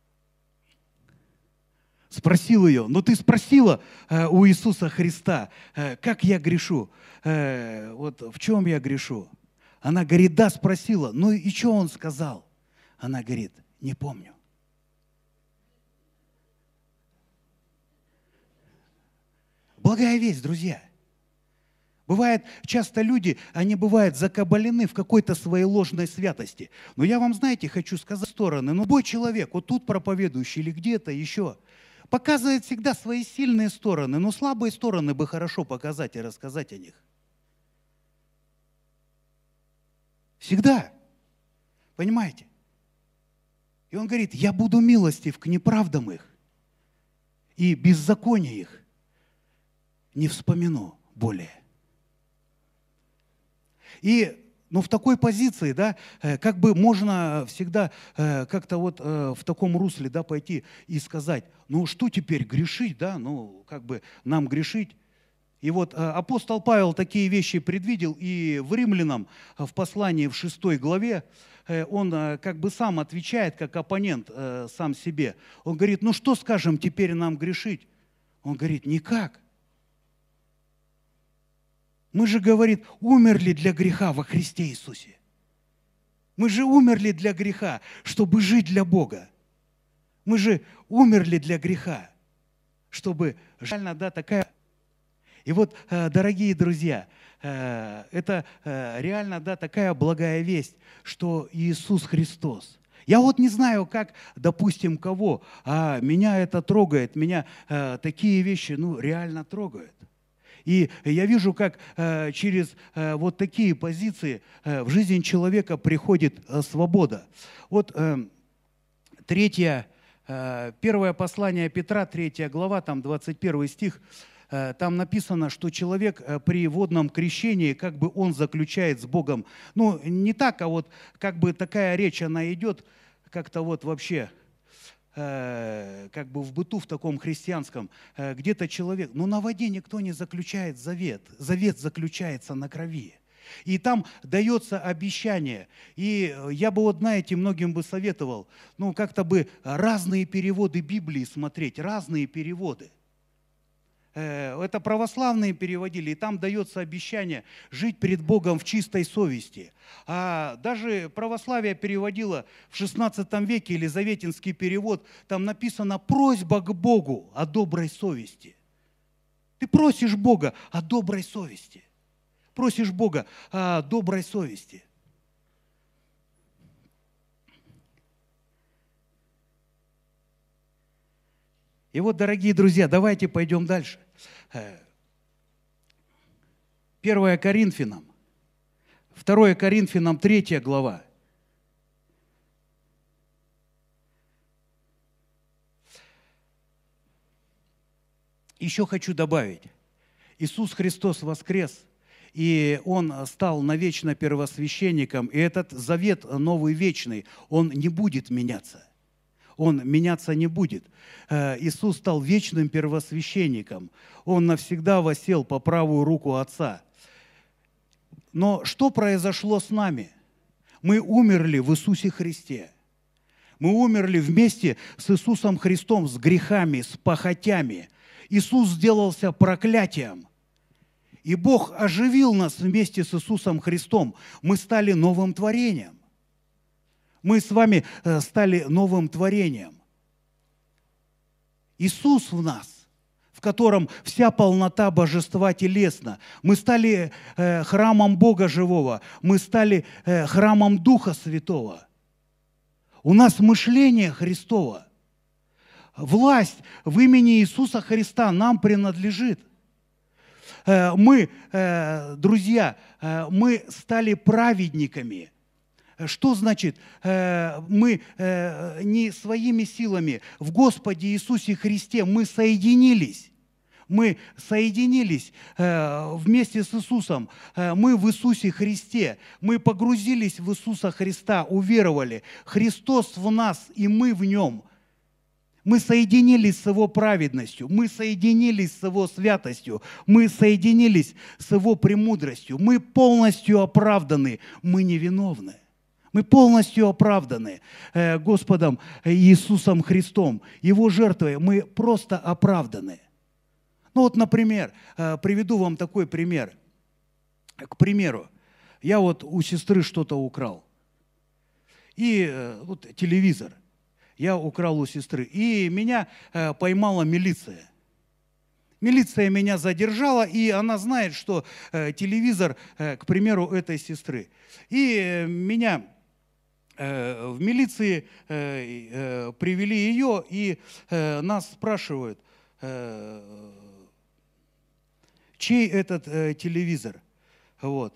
спросил ее, ты спросила у Иисуса Христа, как я грешу, вот в чем я грешу? Она говорит, да, спросила, и что он сказал? Она говорит, не помню. Благая весть, друзья. Бывает, часто люди, они бывают закабалены в какой-то своей ложной святости. Но я вам, знаете, хочу сказать стороны, любой человек, вот тут проповедующий или где-то еще, показывает всегда свои сильные стороны, но слабые стороны бы хорошо показать и рассказать о них. Всегда. Понимаете? И он говорит, я буду милостив к неправдам их, и беззаконие их не вспомину более. И, в такой позиции, да, как бы можно всегда как-то вот в таком русле, да, пойти и сказать, что теперь грешить, да, как бы нам грешить. И вот апостол Павел такие вещи предвидел, и в Римлянам в послании в 6 главе он как бы сам отвечает, как оппонент сам себе. Он говорит, что скажем теперь нам грешить? Он говорит, никак. Мы же, говорит, умерли для греха во Христе Иисусе. Мы же умерли для греха, чтобы жить для Бога. Мы же умерли для греха, чтобы реально, да, такая... И вот, дорогие друзья, это реально, да, такая благая весть, что Иисус Христос. Я вот не знаю, как, допустим, кого, а меня это трогает, меня такие вещи, ну, реально трогают. И я вижу, как через вот такие позиции в жизнь человека приходит свобода. Вот первое послание Петра, 3 глава, там 21 стих, там написано, что человек при водном крещении, как бы он заключает с Богом, ну, не так, а вот как бы такая речь, она идет как-то вот вообще, как бы в быту в таком христианском, где-то человек, но на воде никто не заключает завет, завет заключается на крови. И там дается обещание. И я бы, вот, знаете, многим бы советовал, ну, как-то бы разные переводы Библии смотреть, разные переводы. Это православные переводили, и там дается обещание жить перед Богом в чистой совести. А даже православие переводило в XVI веке, Елизаветинский перевод, там написано «просьба к Богу о доброй совести». Ты просишь Бога о доброй совести. Просишь Бога о доброй совести. И вот, дорогие друзья, давайте пойдем дальше. 1 Коринфянам, 2 Коринфянам, 3 глава. Еще хочу добавить. Иисус Христос воскрес, и Он стал навечно первосвященником, и этот завет новый вечный, он не будет меняться. Он меняться не будет. Иисус стал вечным первосвященником. Он навсегда воссел по правую руку Отца. Но что произошло с нами? Мы умерли в Иисусе Христе. Мы умерли вместе с Иисусом Христом, с грехами, с похотями. Иисус сделался проклятием. И Бог оживил нас вместе с Иисусом Христом. Мы стали новым творением. Мы с вами стали новым творением. Иисус в нас, в котором вся полнота божества телесна. Мы стали храмом Бога живого. Мы стали храмом Духа Святого. У нас мышление Христово. Власть в имени Иисуса Христа нам принадлежит. Мы, друзья, мы стали праведниками. Что значит? Мы не своими силами в Господе Иисусе Христе, мы соединились. Мы соединились вместе с Иисусом. Мы в Иисусе Христе. Мы погрузились в Иисуса Христа, уверовали. Христос в нас, и мы в Нем. Мы соединились с Его праведностью, мы соединились с Его святостью, мы соединились с Его премудростью. Мы полностью оправданы, мы невиновны. Мы полностью оправданы Господом Иисусом Христом, Его жертвой. Мы просто оправданы. Ну вот, например, приведу вам такой пример. К примеру, я вот у сестры что-то украл. И вот телевизор я украл у сестры. И меня поймала милиция. Милиция меня задержала, и она знает, что телевизор, к примеру, этой сестры. И меня в милиции привели ее, и нас спрашивают, чей этот телевизор. Вот.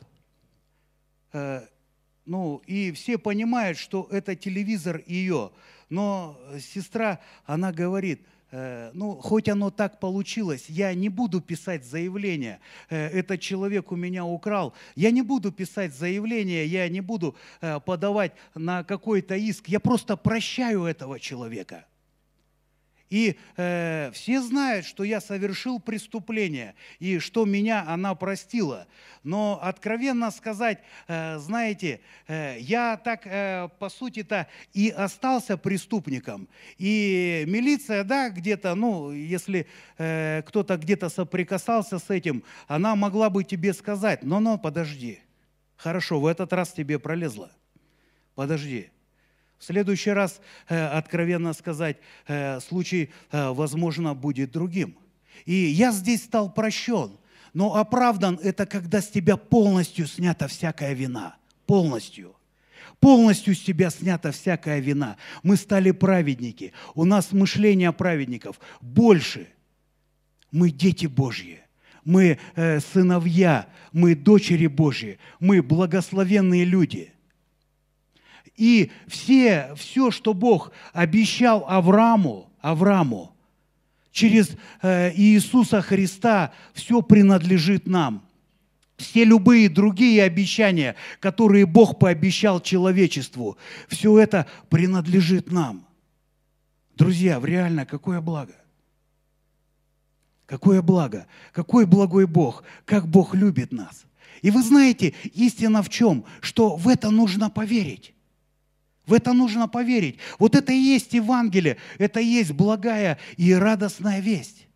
Ну, и все понимают, что это телевизор ее. Но сестра, она говорит, ну, хоть оно так получилось, я не буду писать заявление, этот человек у меня украл, я не буду писать заявление, я не буду подавать на какой-то иск, я просто прощаю этого человека. И все знают, что я совершил преступление, и что меня она простила. Но откровенно сказать, знаете, я так, по сути-то, и остался преступником. И милиция, да, где-то, ну, если кто-то где-то соприкасался с этим, она могла бы тебе сказать: но, подожди, хорошо, в этот раз тебе пролезло, подожди. В следующий раз, откровенно сказать, случай, возможно, будет другим. И я здесь стал прощен. Но оправдан – это когда с тебя полностью снята всякая вина. Полностью. Полностью с тебя снята всякая вина. Мы стали праведники. У нас мышление праведников больше. Мы дети Божьи. Мы сыновья. Мы дочери Божьи. Мы благословенные люди. И все, что Бог обещал Аврааму, через Иисуса Христа, все принадлежит нам. Все любые другие обещания, которые Бог пообещал человечеству, все это принадлежит нам. Друзья, реально, какое благо! Какое благо! Какой благой Бог! Как Бог любит нас! И вы знаете, истина в чем? Что в это нужно поверить. В это нужно поверить. Вот это и есть Евангелие, это и есть благая и радостная весть.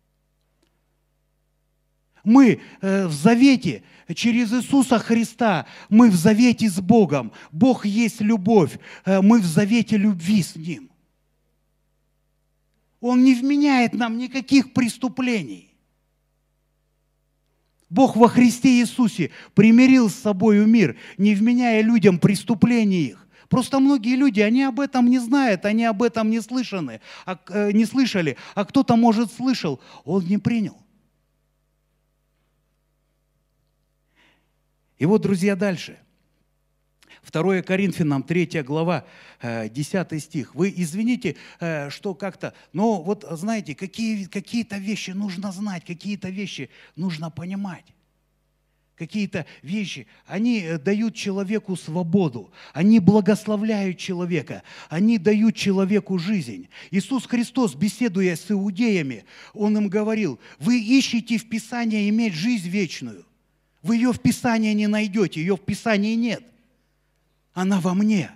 Мы в завете через Иисуса Христа, мы в завете с Богом. Бог есть любовь, мы в завете любви с Ним. Он не вменяет нам никаких преступлений. Бог во Христе Иисусе примирил с собою мир, не вменяя людям преступлений их. Просто многие люди, они об этом не знают, они об этом не слышали, а кто-то, может, слышал, он не принял. И вот, друзья, дальше. 2 Коринфянам, 3 глава, 10 стих. Вы извините, что как-то, но вот знаете, какие-то вещи нужно знать, какие-то вещи нужно понимать. Какие-то вещи, они дают человеку свободу, они благословляют человека, они дают человеку жизнь. Иисус Христос, беседуя с иудеями, Он им говорил: вы ищете в Писании иметь жизнь вечную. Вы ее в Писании не найдете, ее в Писании нет. Она во мне.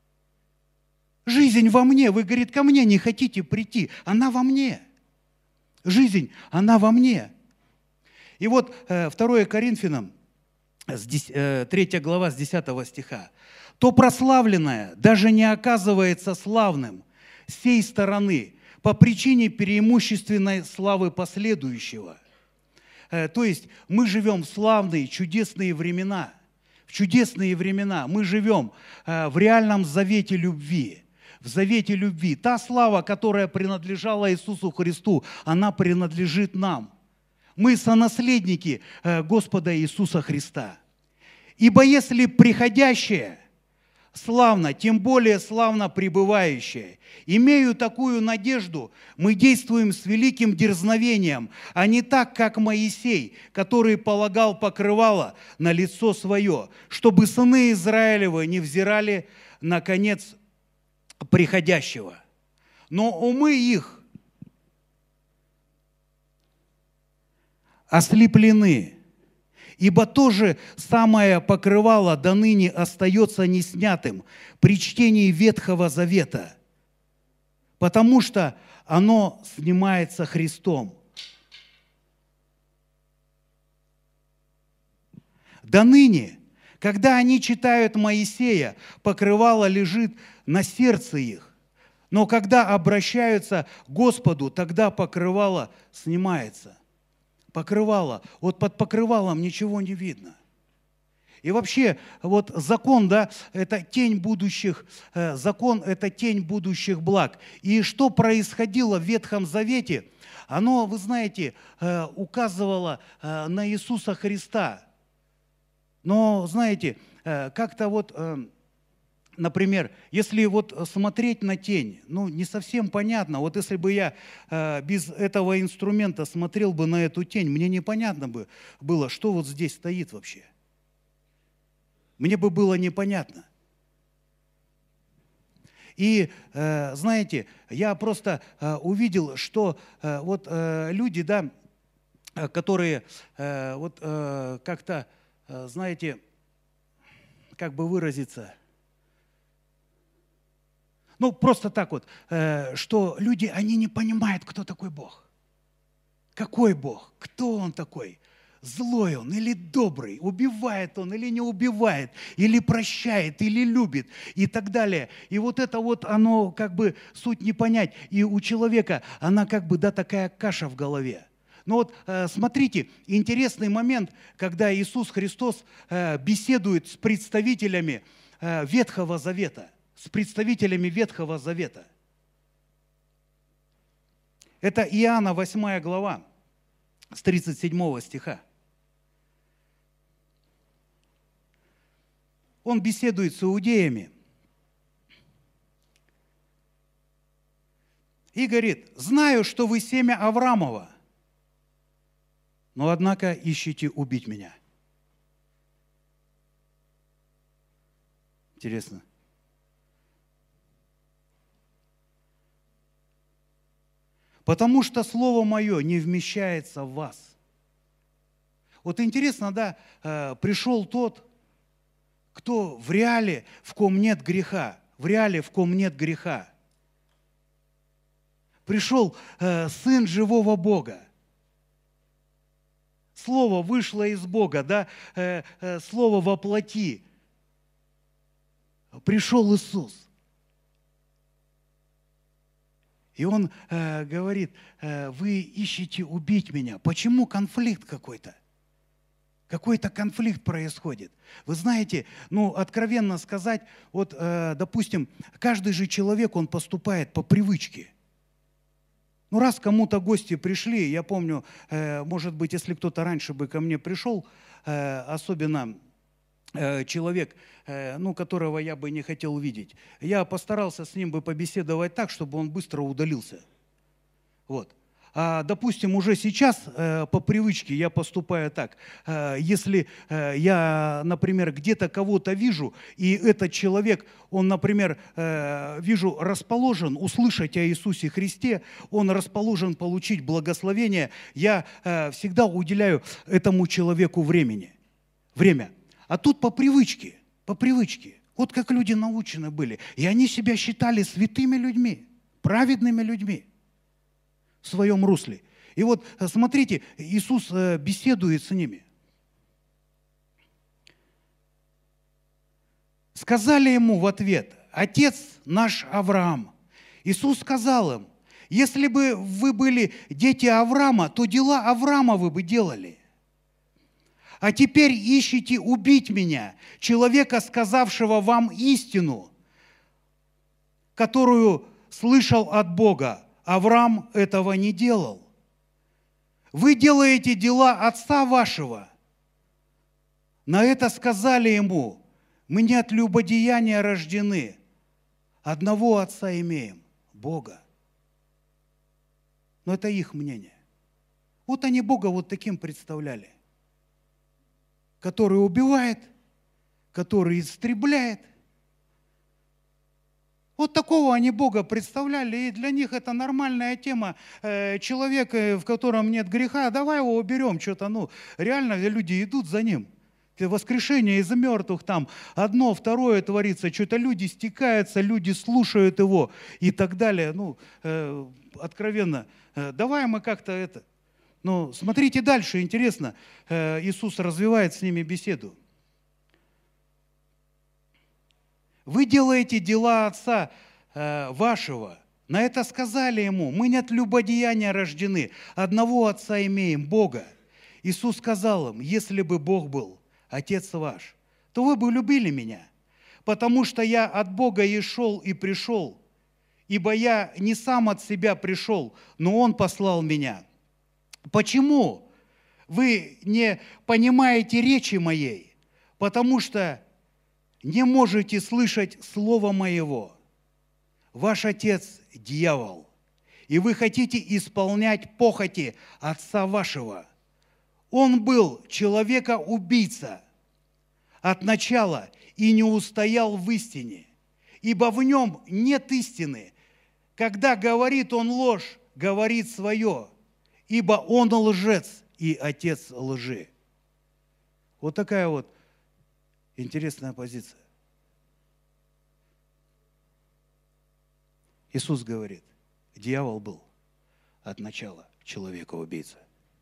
Жизнь во мне. Вы, говорит, ко мне не хотите прийти. Она во мне. Жизнь, она во мне. И вот 2 Коринфянам, 3 глава с 10 стиха. «То прославленное даже не оказывается славным с сей стороны по причине преимущественной славы последующего». То есть мы живем в славные, чудесные времена. В чудесные времена мы живем в реальном завете любви. В завете любви. Та слава, которая принадлежала Иисусу Христу, она принадлежит нам. Мы сонаследники Господа Иисуса Христа. Ибо если приходящее славно, тем более славно пребывающее, имею такую надежду, мы действуем с великим дерзновением, а не так, как Моисей, который полагал покрывало на лицо свое, чтобы сыны Израилевы не взирали на конец приходящего. Но умы их ослеплены, ибо то же самое покрывало до ныне остается неснятым при чтении Ветхого Завета, потому что оно снимается Христом. До ныне, когда они читают Моисея, покрывало лежит на сердце их, но когда обращаются к Господу, тогда покрывало снимается. Покрывало. Вот под покрывалом ничего не видно. И вообще, вот закон, да, это тень будущих, закон – это тень будущих благ. И что происходило в Ветхом Завете, оно, вы знаете, указывало на Иисуса Христа. Но, знаете, как-то вот, например, если вот смотреть на тень, ну, не совсем понятно. Вот если бы я без этого инструмента смотрел бы на эту тень, мне непонятно бы было, что вот здесь стоит вообще. Мне бы было непонятно. И, знаете, я просто увидел, что вот люди, да, которые вот как-то, знаете, как бы выразиться, ну, просто так вот, что люди, они не понимают, кто такой Бог. Какой Бог? Кто Он такой? Злой Он или добрый? Убивает Он или не убивает? Или прощает, или любит? И так далее. И вот это вот, оно как бы суть не понять. И у человека, она как бы, да, такая каша в голове. Но вот смотрите, интересный момент, когда Иисус Христос беседует с представителями Ветхого Завета. С представителями Ветхого Завета. Это Иоанна 8 глава, с 37 стиха. Он беседует с иудеями и говорит: «Знаю, что вы семя Авраамова, но однако ищете убить меня». Интересно. Потому что слово мое не вмещается в вас. Вот интересно, да, пришел тот, кто в реале, в ком нет греха, в реале, в ком нет греха. Пришел Сын живого Бога. Слово вышло из Бога, да, Слово во плоти. Пришел Иисус. И Он говорит: вы ищете убить меня. Почему конфликт какой-то? Какой-то конфликт происходит. Вы знаете, ну, откровенно сказать, вот, допустим, каждый же человек, он поступает по привычке. Ну, раз кому-то гости пришли, я помню, может быть, если кто-то раньше бы ко мне пришел, особенно человек, ну, которого я бы не хотел видеть, я постарался с ним бы побеседовать так, чтобы он быстро удалился. Вот. А, допустим, уже сейчас по привычке я поступаю так. Если я, например, где-то кого-то вижу, и этот человек, он, например, вижу, расположен услышать о Иисусе Христе, он расположен получить благословение, я всегда уделяю этому человеку время. А тут по привычке. Вот как люди научены были. И они себя считали святыми людьми, праведными людьми в своем русле. И вот смотрите, Иисус беседует с ними. Сказали ему в ответ: «Отец наш Авраам». Иисус сказал им: «Если бы вы были дети Авраама, то дела Авраама вы бы делали. А теперь ищете убить меня, человека, сказавшего вам истину, которую слышал от Бога. Авраам этого не делал. Вы делаете дела отца вашего». На это сказали ему: «Мы не от любодеяния рождены, одного отца имеем, Бога». Но это их мнение. Вот они Бога вот таким представляли. Который убивает, который истребляет. Вот такого они Бога представляли, и для них это нормальная тема. Человек, в котором нет греха, давай его уберем, что-то, ну, реально люди идут за ним. Воскрешение из мертвых там, одно, второе творится, что-то люди стекаются, люди слушают его и так далее. Ну, откровенно, давай мы как-то это... Но смотрите дальше, интересно, Иисус развивает с ними беседу. «Вы делаете дела Отца вашего». На это сказали ему: «Мы не от любодеяния рождены, одного Отца имеем, Бога». Иисус сказал им: «Если бы Бог был Отец ваш, то вы бы любили меня, потому что я от Бога и шел, и пришел, ибо я не сам от себя пришел, но Он послал меня». Почему вы не понимаете речи моей? Потому что не можете слышать слова моего. Ваш отец – дьявол, и вы хотите исполнять похоти отца вашего. Он был человека-убийца от начала и не устоял в истине, ибо в нем нет истины. Когда говорит он ложь, говорит свое, ибо он лжец и отец лжи. Вот такая вот интересная позиция. Иисус говорит, дьявол был от начала человека-убийца.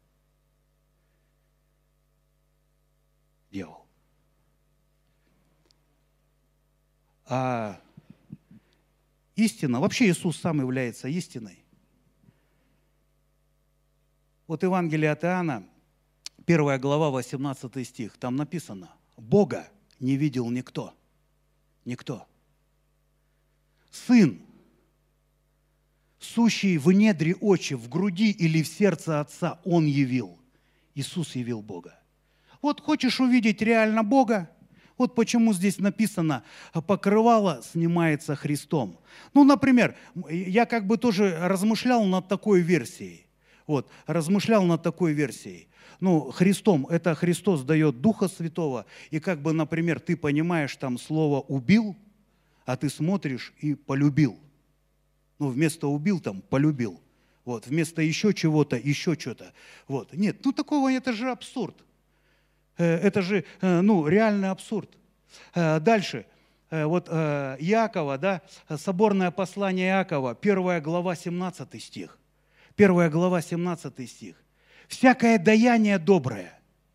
Дьявол. А истина, вообще Иисус сам является истиной. Вот Евангелие от Иоанна, 1 глава, 18 стих, там написано, Бога не видел никто. Никто. Сын, сущий в недре очи, в груди или в сердце Отца, Он явил. Иисус явил Бога. Вот хочешь увидеть реально Бога, вот почему здесь написано, покрывало снимается Христом. Ну, например, я как бы тоже размышлял над такой версией. Вот, размышлял над такой версией. Ну, Христом, это Христос дает Духа Святого, и как бы, например, ты понимаешь там слово «убил», а ты смотришь и «полюбил». Ну, вместо «убил» там «полюбил». Вот, вместо еще чего-то, еще что-то. Вот, нет, ну, такого, это же абсурд. Это же, ну, реальный абсурд. Дальше. Вот Иакова, да, соборное послание Иакова, 1 глава, 17 стих. 1 глава, 17 стих. «Всякое даяние доброе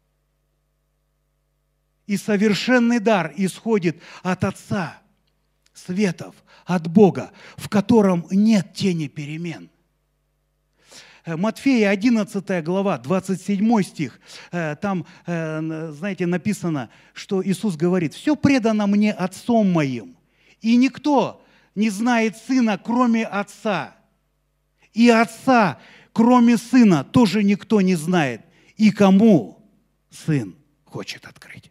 и совершенный дар исходит от Отца светов, от Бога, в котором нет тени перемен». Матфея 11 глава, 27 стих, там, знаете, написано, что Иисус говорит, «Все предано мне Отцом моим, и никто не знает Сына, кроме Отца, и Отца, кроме Сына, тоже никто не знает, и кому Сын хочет открыть».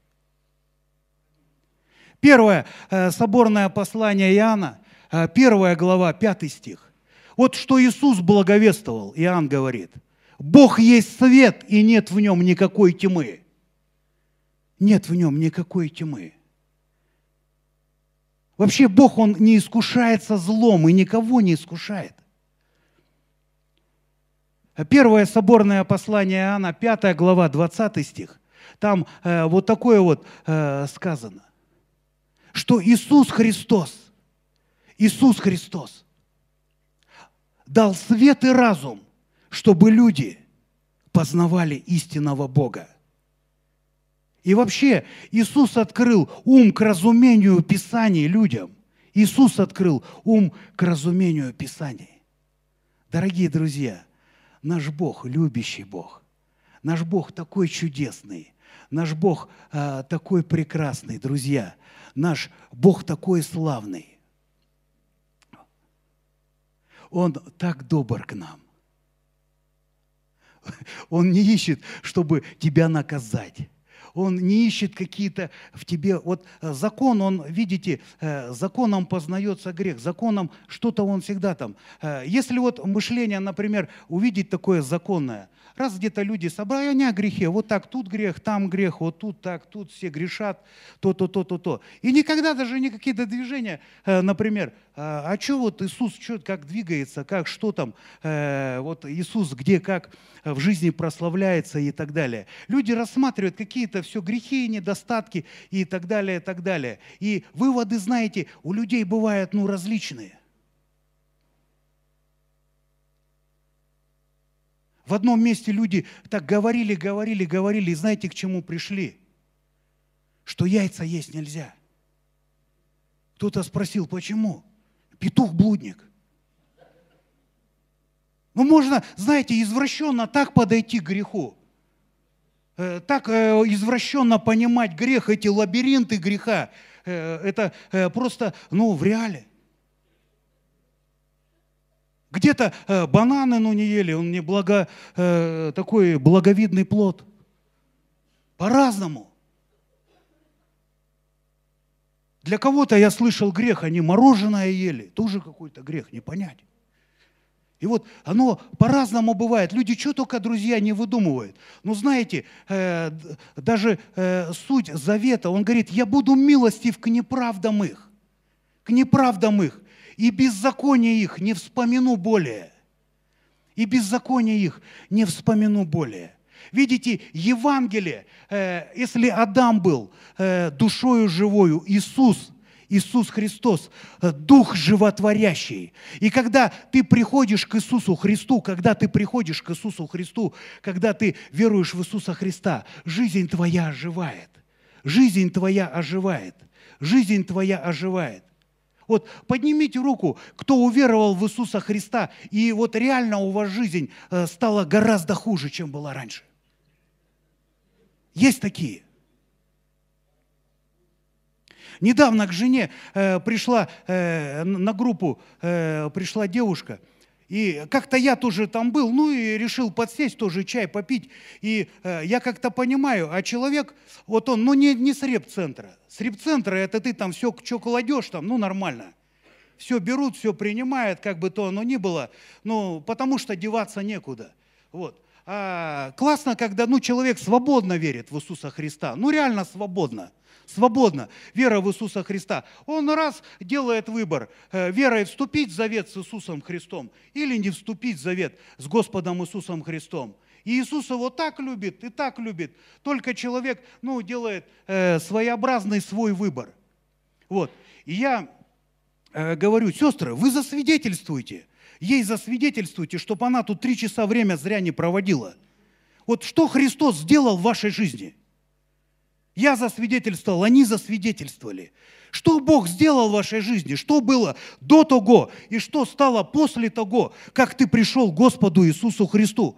Первое соборное послание Иоанна, 1 глава, 5 стих. Вот что Иисус благовествовал, Иоанн говорит, Бог есть свет, и нет в нем никакой тьмы. Нет в нем никакой тьмы. Вообще Бог, Он не искушается злом и никого не искушает. Первое соборное послание Иоанна, 5 глава, 20 стих. Там вот такое вот сказано, что Иисус Христос дал свет и разум, чтобы люди познавали истинного Бога. И вообще Иисус открыл ум к разумению Писаний людям. Иисус открыл ум к разумению Писаний. Дорогие друзья, наш Бог, любящий Бог, наш Бог такой чудесный, наш Бог такой прекрасный, друзья, наш Бог такой славный. Он так добр к нам. Он не ищет, чтобы тебя наказать. Он не ищет какие-то в тебе... Вот закон, он, видите, законом познается грех. Законом что-то он всегда там. Если вот мышление, например, увидеть такое законное, раз где-то люди собрали, они о грехе, вот так, тут грех, там грех, вот тут так, тут все грешат, то. И никогда даже не какие-то движения, например, а что вот Иисус, что, как двигается, как, что там, вот Иисус где, как в жизни прославляется и так далее. Люди рассматривают какие-то все грехи, недостатки и так далее, и так далее. И выводы, знаете, у людей бывают, ну, различные. В одном месте люди так говорили, и знаете, к чему пришли? Что яйца есть нельзя. Кто-то спросил, почему? Петух-блудник. Ну, можно, знаете, извращенно так подойти к греху. Так извращенно понимать грех, эти лабиринты греха. Это просто, ну, в реале. Где-то бананы, ну, не ели, он не такой благовидный плод. По-разному. Для кого-то, я слышал, грех, они мороженое ели. Тоже какой-то грех, не понять. И вот оно по-разному бывает. Люди что только, друзья, не выдумывают. Но знаете, даже суть завета, он говорит, я буду милостив к неправдам их. к неправдам их, и беззаконие их не вспомину более. И беззаконие их не вспомину более. Видите, Евангелие, если Адам был душою живою, Иисус Христос, Дух животворящий. И когда ты приходишь к Иисусу Христу, когда ты веруешь в Иисуса Христа, жизнь твоя оживает. Жизнь твоя оживает. Жизнь твоя оживает. Вот поднимите руку, кто уверовал в Иисуса Христа, и вот реально у вас жизнь стала гораздо хуже, чем была раньше. Есть такие. Недавно к жене пришла на группу, пришла девушка, и как-то я тоже там был, ну и решил подсесть, тоже чай попить. И я как-то понимаю, а человек, вот он, ну не с репцентра. С репцентра это ты там все, что кладешь там, ну нормально. Все берут, все принимают, как бы то оно ни было, ну потому что деваться некуда. Вот. А классно, когда человек свободно верит в Иисуса Христа, ну реально свободно. Свободно, вера в Иисуса Христа. Он раз делает выбор, верой вступить в завет с Иисусом Христом или не вступить в завет с Господом Иисусом Христом. И Иисус его так любит и так любит. Только человек делает своеобразный свой выбор. Вот. И я говорю, сестры, вы засвидетельствуйте. Ей засвидетельствуйте, чтобы она тут 3 часа время зря не проводила. Вот что Христос сделал в вашей жизни? Я засвидетельствовал, они засвидетельствовали. Что Бог сделал в вашей жизни? Что было до того и что стало после того, как ты пришел к Господу Иисусу Христу?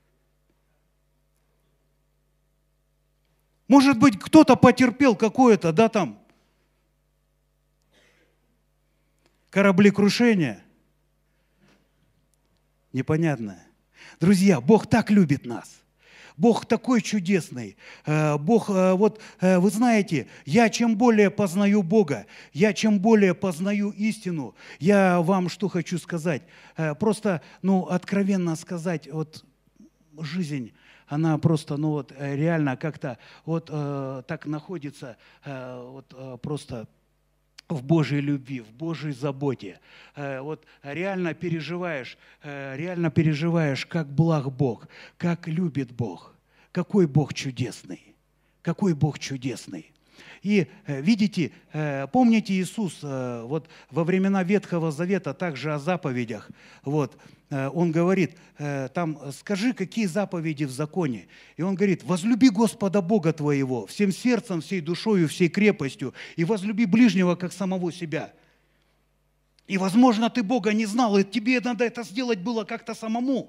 Может быть, кто-то потерпел какое-то, там, кораблекрушение. Непонятно. Друзья, Бог так любит нас. Бог такой чудесный. Бог, вы знаете, я чем более познаю Бога, я чем более познаю истину, я вам что хочу сказать. Просто, откровенно сказать, вот жизнь, она просто, реально как-то так находится, просто в Божьей любви, в Божьей заботе. Реально переживаешь, как благ Бог, как любит Бог, какой Бог чудесный, какой Бог чудесный. И видите, помните Иисус во времена Ветхого Завета, также о заповедях, Он говорит, там, скажи, какие заповеди в законе. И Он говорит, возлюби Господа Бога твоего всем сердцем, всей душою, всей крепостью, и возлюби ближнего, как самого себя. И, возможно, ты Бога не знал, и тебе надо это сделать было как-то самому.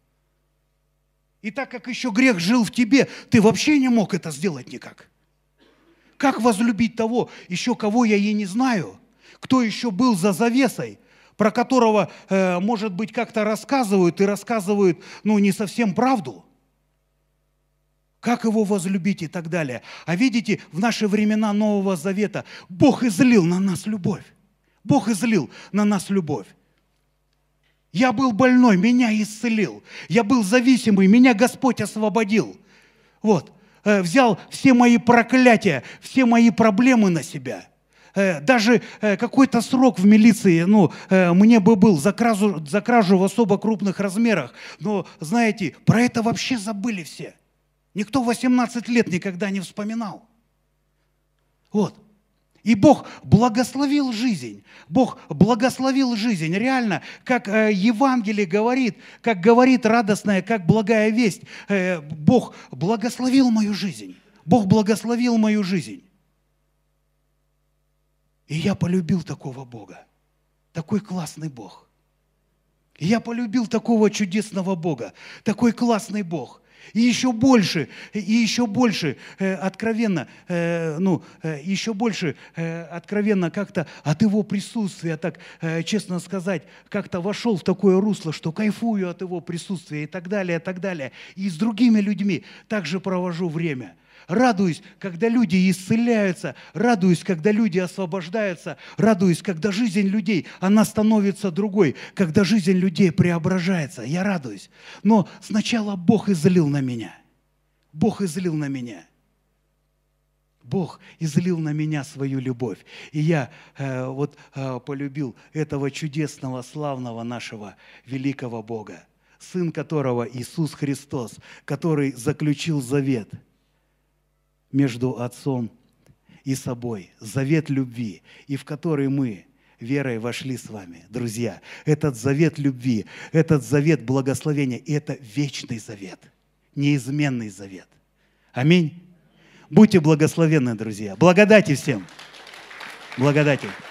И так как еще грех жил в тебе, ты вообще не мог это сделать никак. Как возлюбить того, еще кого я и не знаю, кто еще был за завесой, про которого, может быть, как-то рассказывают, и рассказывают, не совсем правду. Как его возлюбить и так далее. А видите, в наши времена Нового Завета Бог излил на нас любовь. Бог излил на нас любовь. Я был больной, меня исцелил. Я был зависимый, меня Господь освободил. Взял все мои проклятия, все мои проблемы на себя. Даже какой-то срок в милиции, мне бы был за кражу в особо крупных размерах. Но, знаете, про это вообще забыли все. Никто 18 лет никогда не вспоминал. И Бог благословил жизнь. Бог благословил жизнь. Реально, как Евангелие говорит, как говорит радостная, как благая весть. Бог благословил мою жизнь. Бог благословил мою жизнь. И я полюбил такого Бога. Такой классный Бог. И я полюбил такого чудесного Бога. Такой классный Бог. И еще больше откровенно, как-то от Его присутствия, так честно сказать, как-то вошел в такое русло, что кайфую от Его присутствия и так далее, и так далее. И с другими людьми также провожу время. Радуюсь, когда люди исцеляются, радуюсь, когда люди освобождаются, радуюсь, когда жизнь людей, она становится другой, когда жизнь людей преображается. Я радуюсь. Но сначала Бог излил на меня. Бог излил на меня. Бог излил на меня свою любовь. И я полюбил этого чудесного, славного нашего великого Бога, Сын которого Иисус Христос, который заключил завет между Отцом и собой, завет любви, и в который мы верой вошли с вами, друзья. Этот завет любви, этот завет благословения, это вечный завет, неизменный завет. Аминь. Будьте благословенны, друзья. Благодати всем. Благодати.